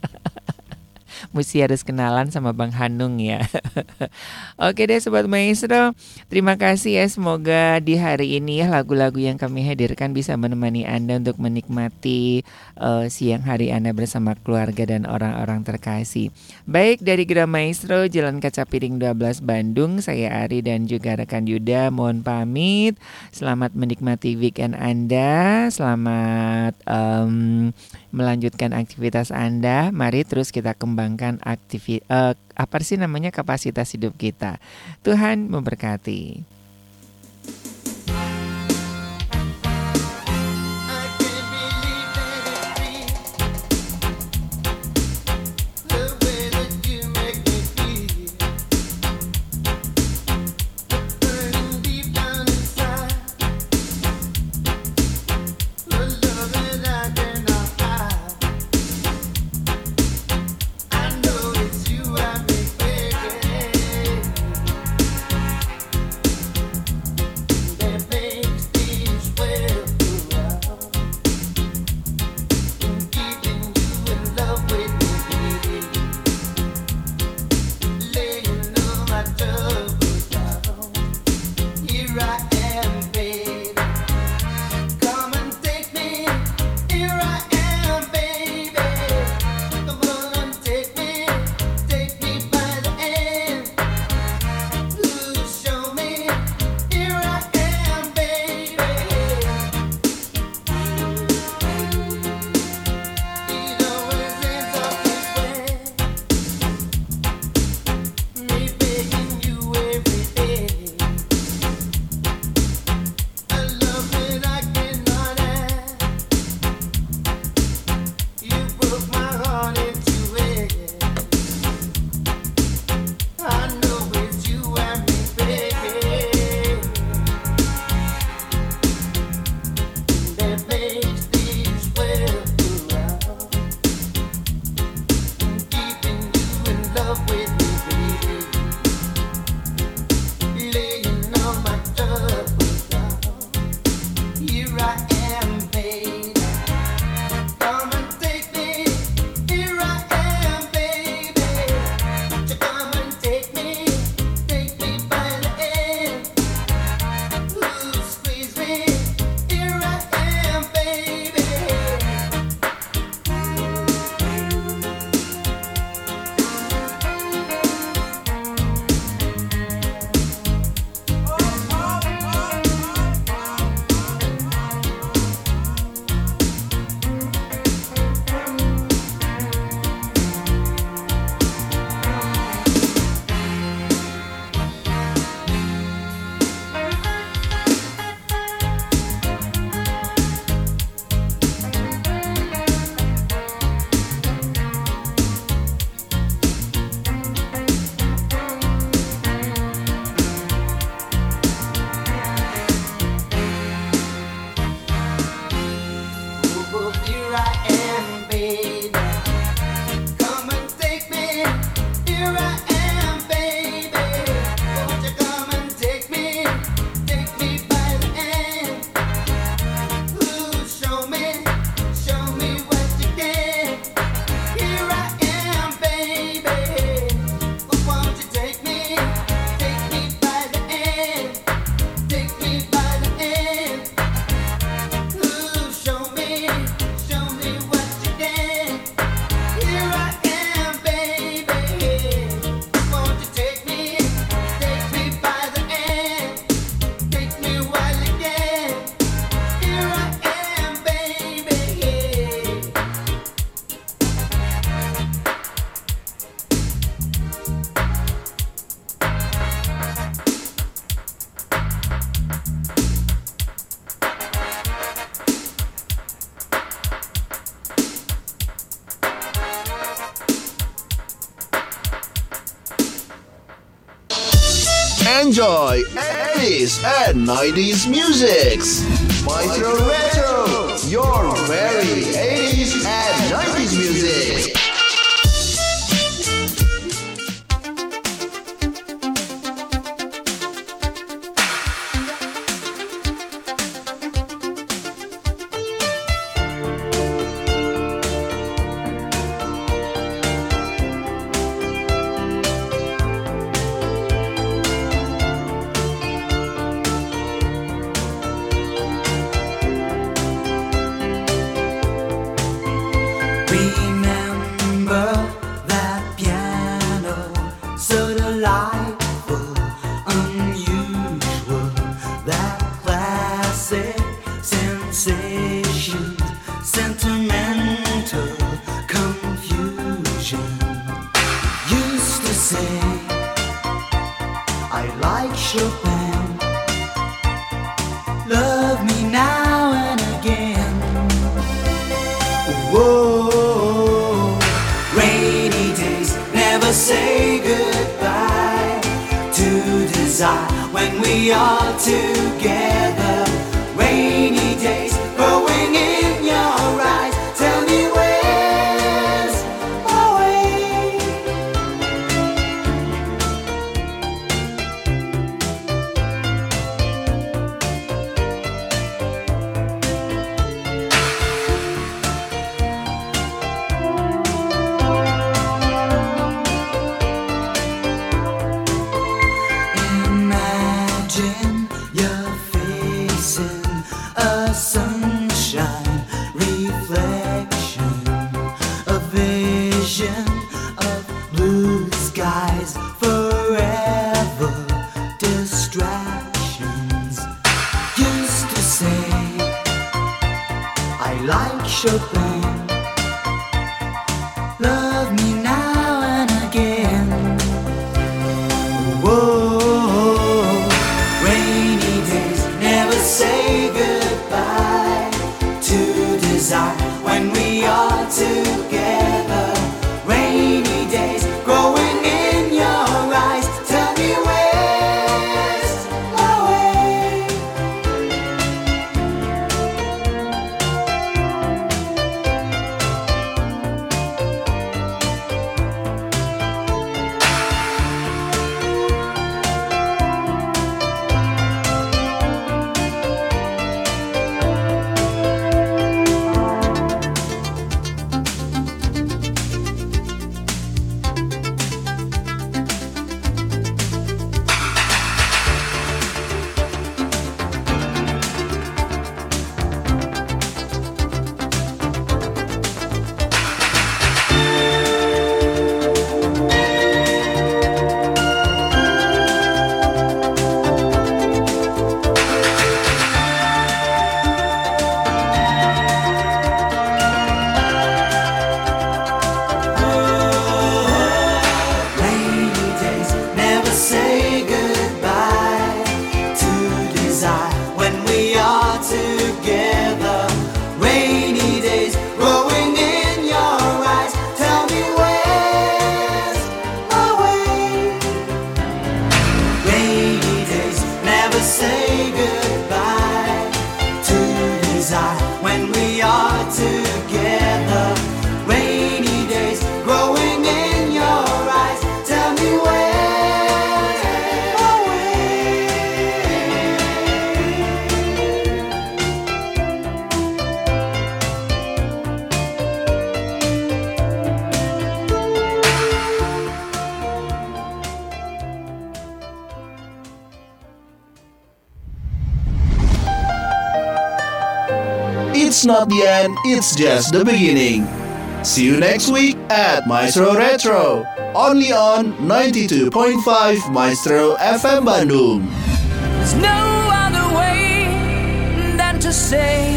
Mesti harus kenalan sama Bang Hanung ya. Oke deh Sobat Maestro, terima kasih ya. Semoga di hari ini ya lagu-lagu yang kami hadirkan bisa menemani Anda untuk menikmati uh, siang hari Anda bersama keluarga dan orang-orang terkasih. Baik, dari Gra Maestro Jalan Kaca Piring dua belas Bandung, saya Ari dan juga rekan Yuda mohon pamit. Selamat menikmati weekend Anda. Selamat um, melanjutkan aktivitas Anda. Mari terus kita kembangkan aktivitas uh, apa sih namanya kapasitas hidup kita. Tuhan memberkati. enjoy eighties and nineties musics. Maestro Retro, your very eighties and nineties music. Remember that piano, so delightful, unusual, that classic sensation, sentimental confusion. Used to say, I like Chopin, love me now and again. Whoa, rainy days never say goodbye to desire when we are together. Rainy days growing in your eyes. Tell me where's my way? Imagine you're facing a sunshine reflection, a vision of blue skies, forever distractions. Used to say, I like Chopin, love me now and again. Whoa, rainy days never say goodbye to desire when we are together. Rainy days growing in your eyes. Tell me where's my way? Rainy days never say goodbye to desire when we are together. Rainy days growing in your eyes. Tell me where's my way? Rainy days never say goodbye to desire when we are together. Rainy days growing in your eyes. Tell me where's my way? It's not the end, it's just the beginning. See you next week at Maestro Retro, only on ninety-two point five Maestro F M Bandung. There's no other way than to say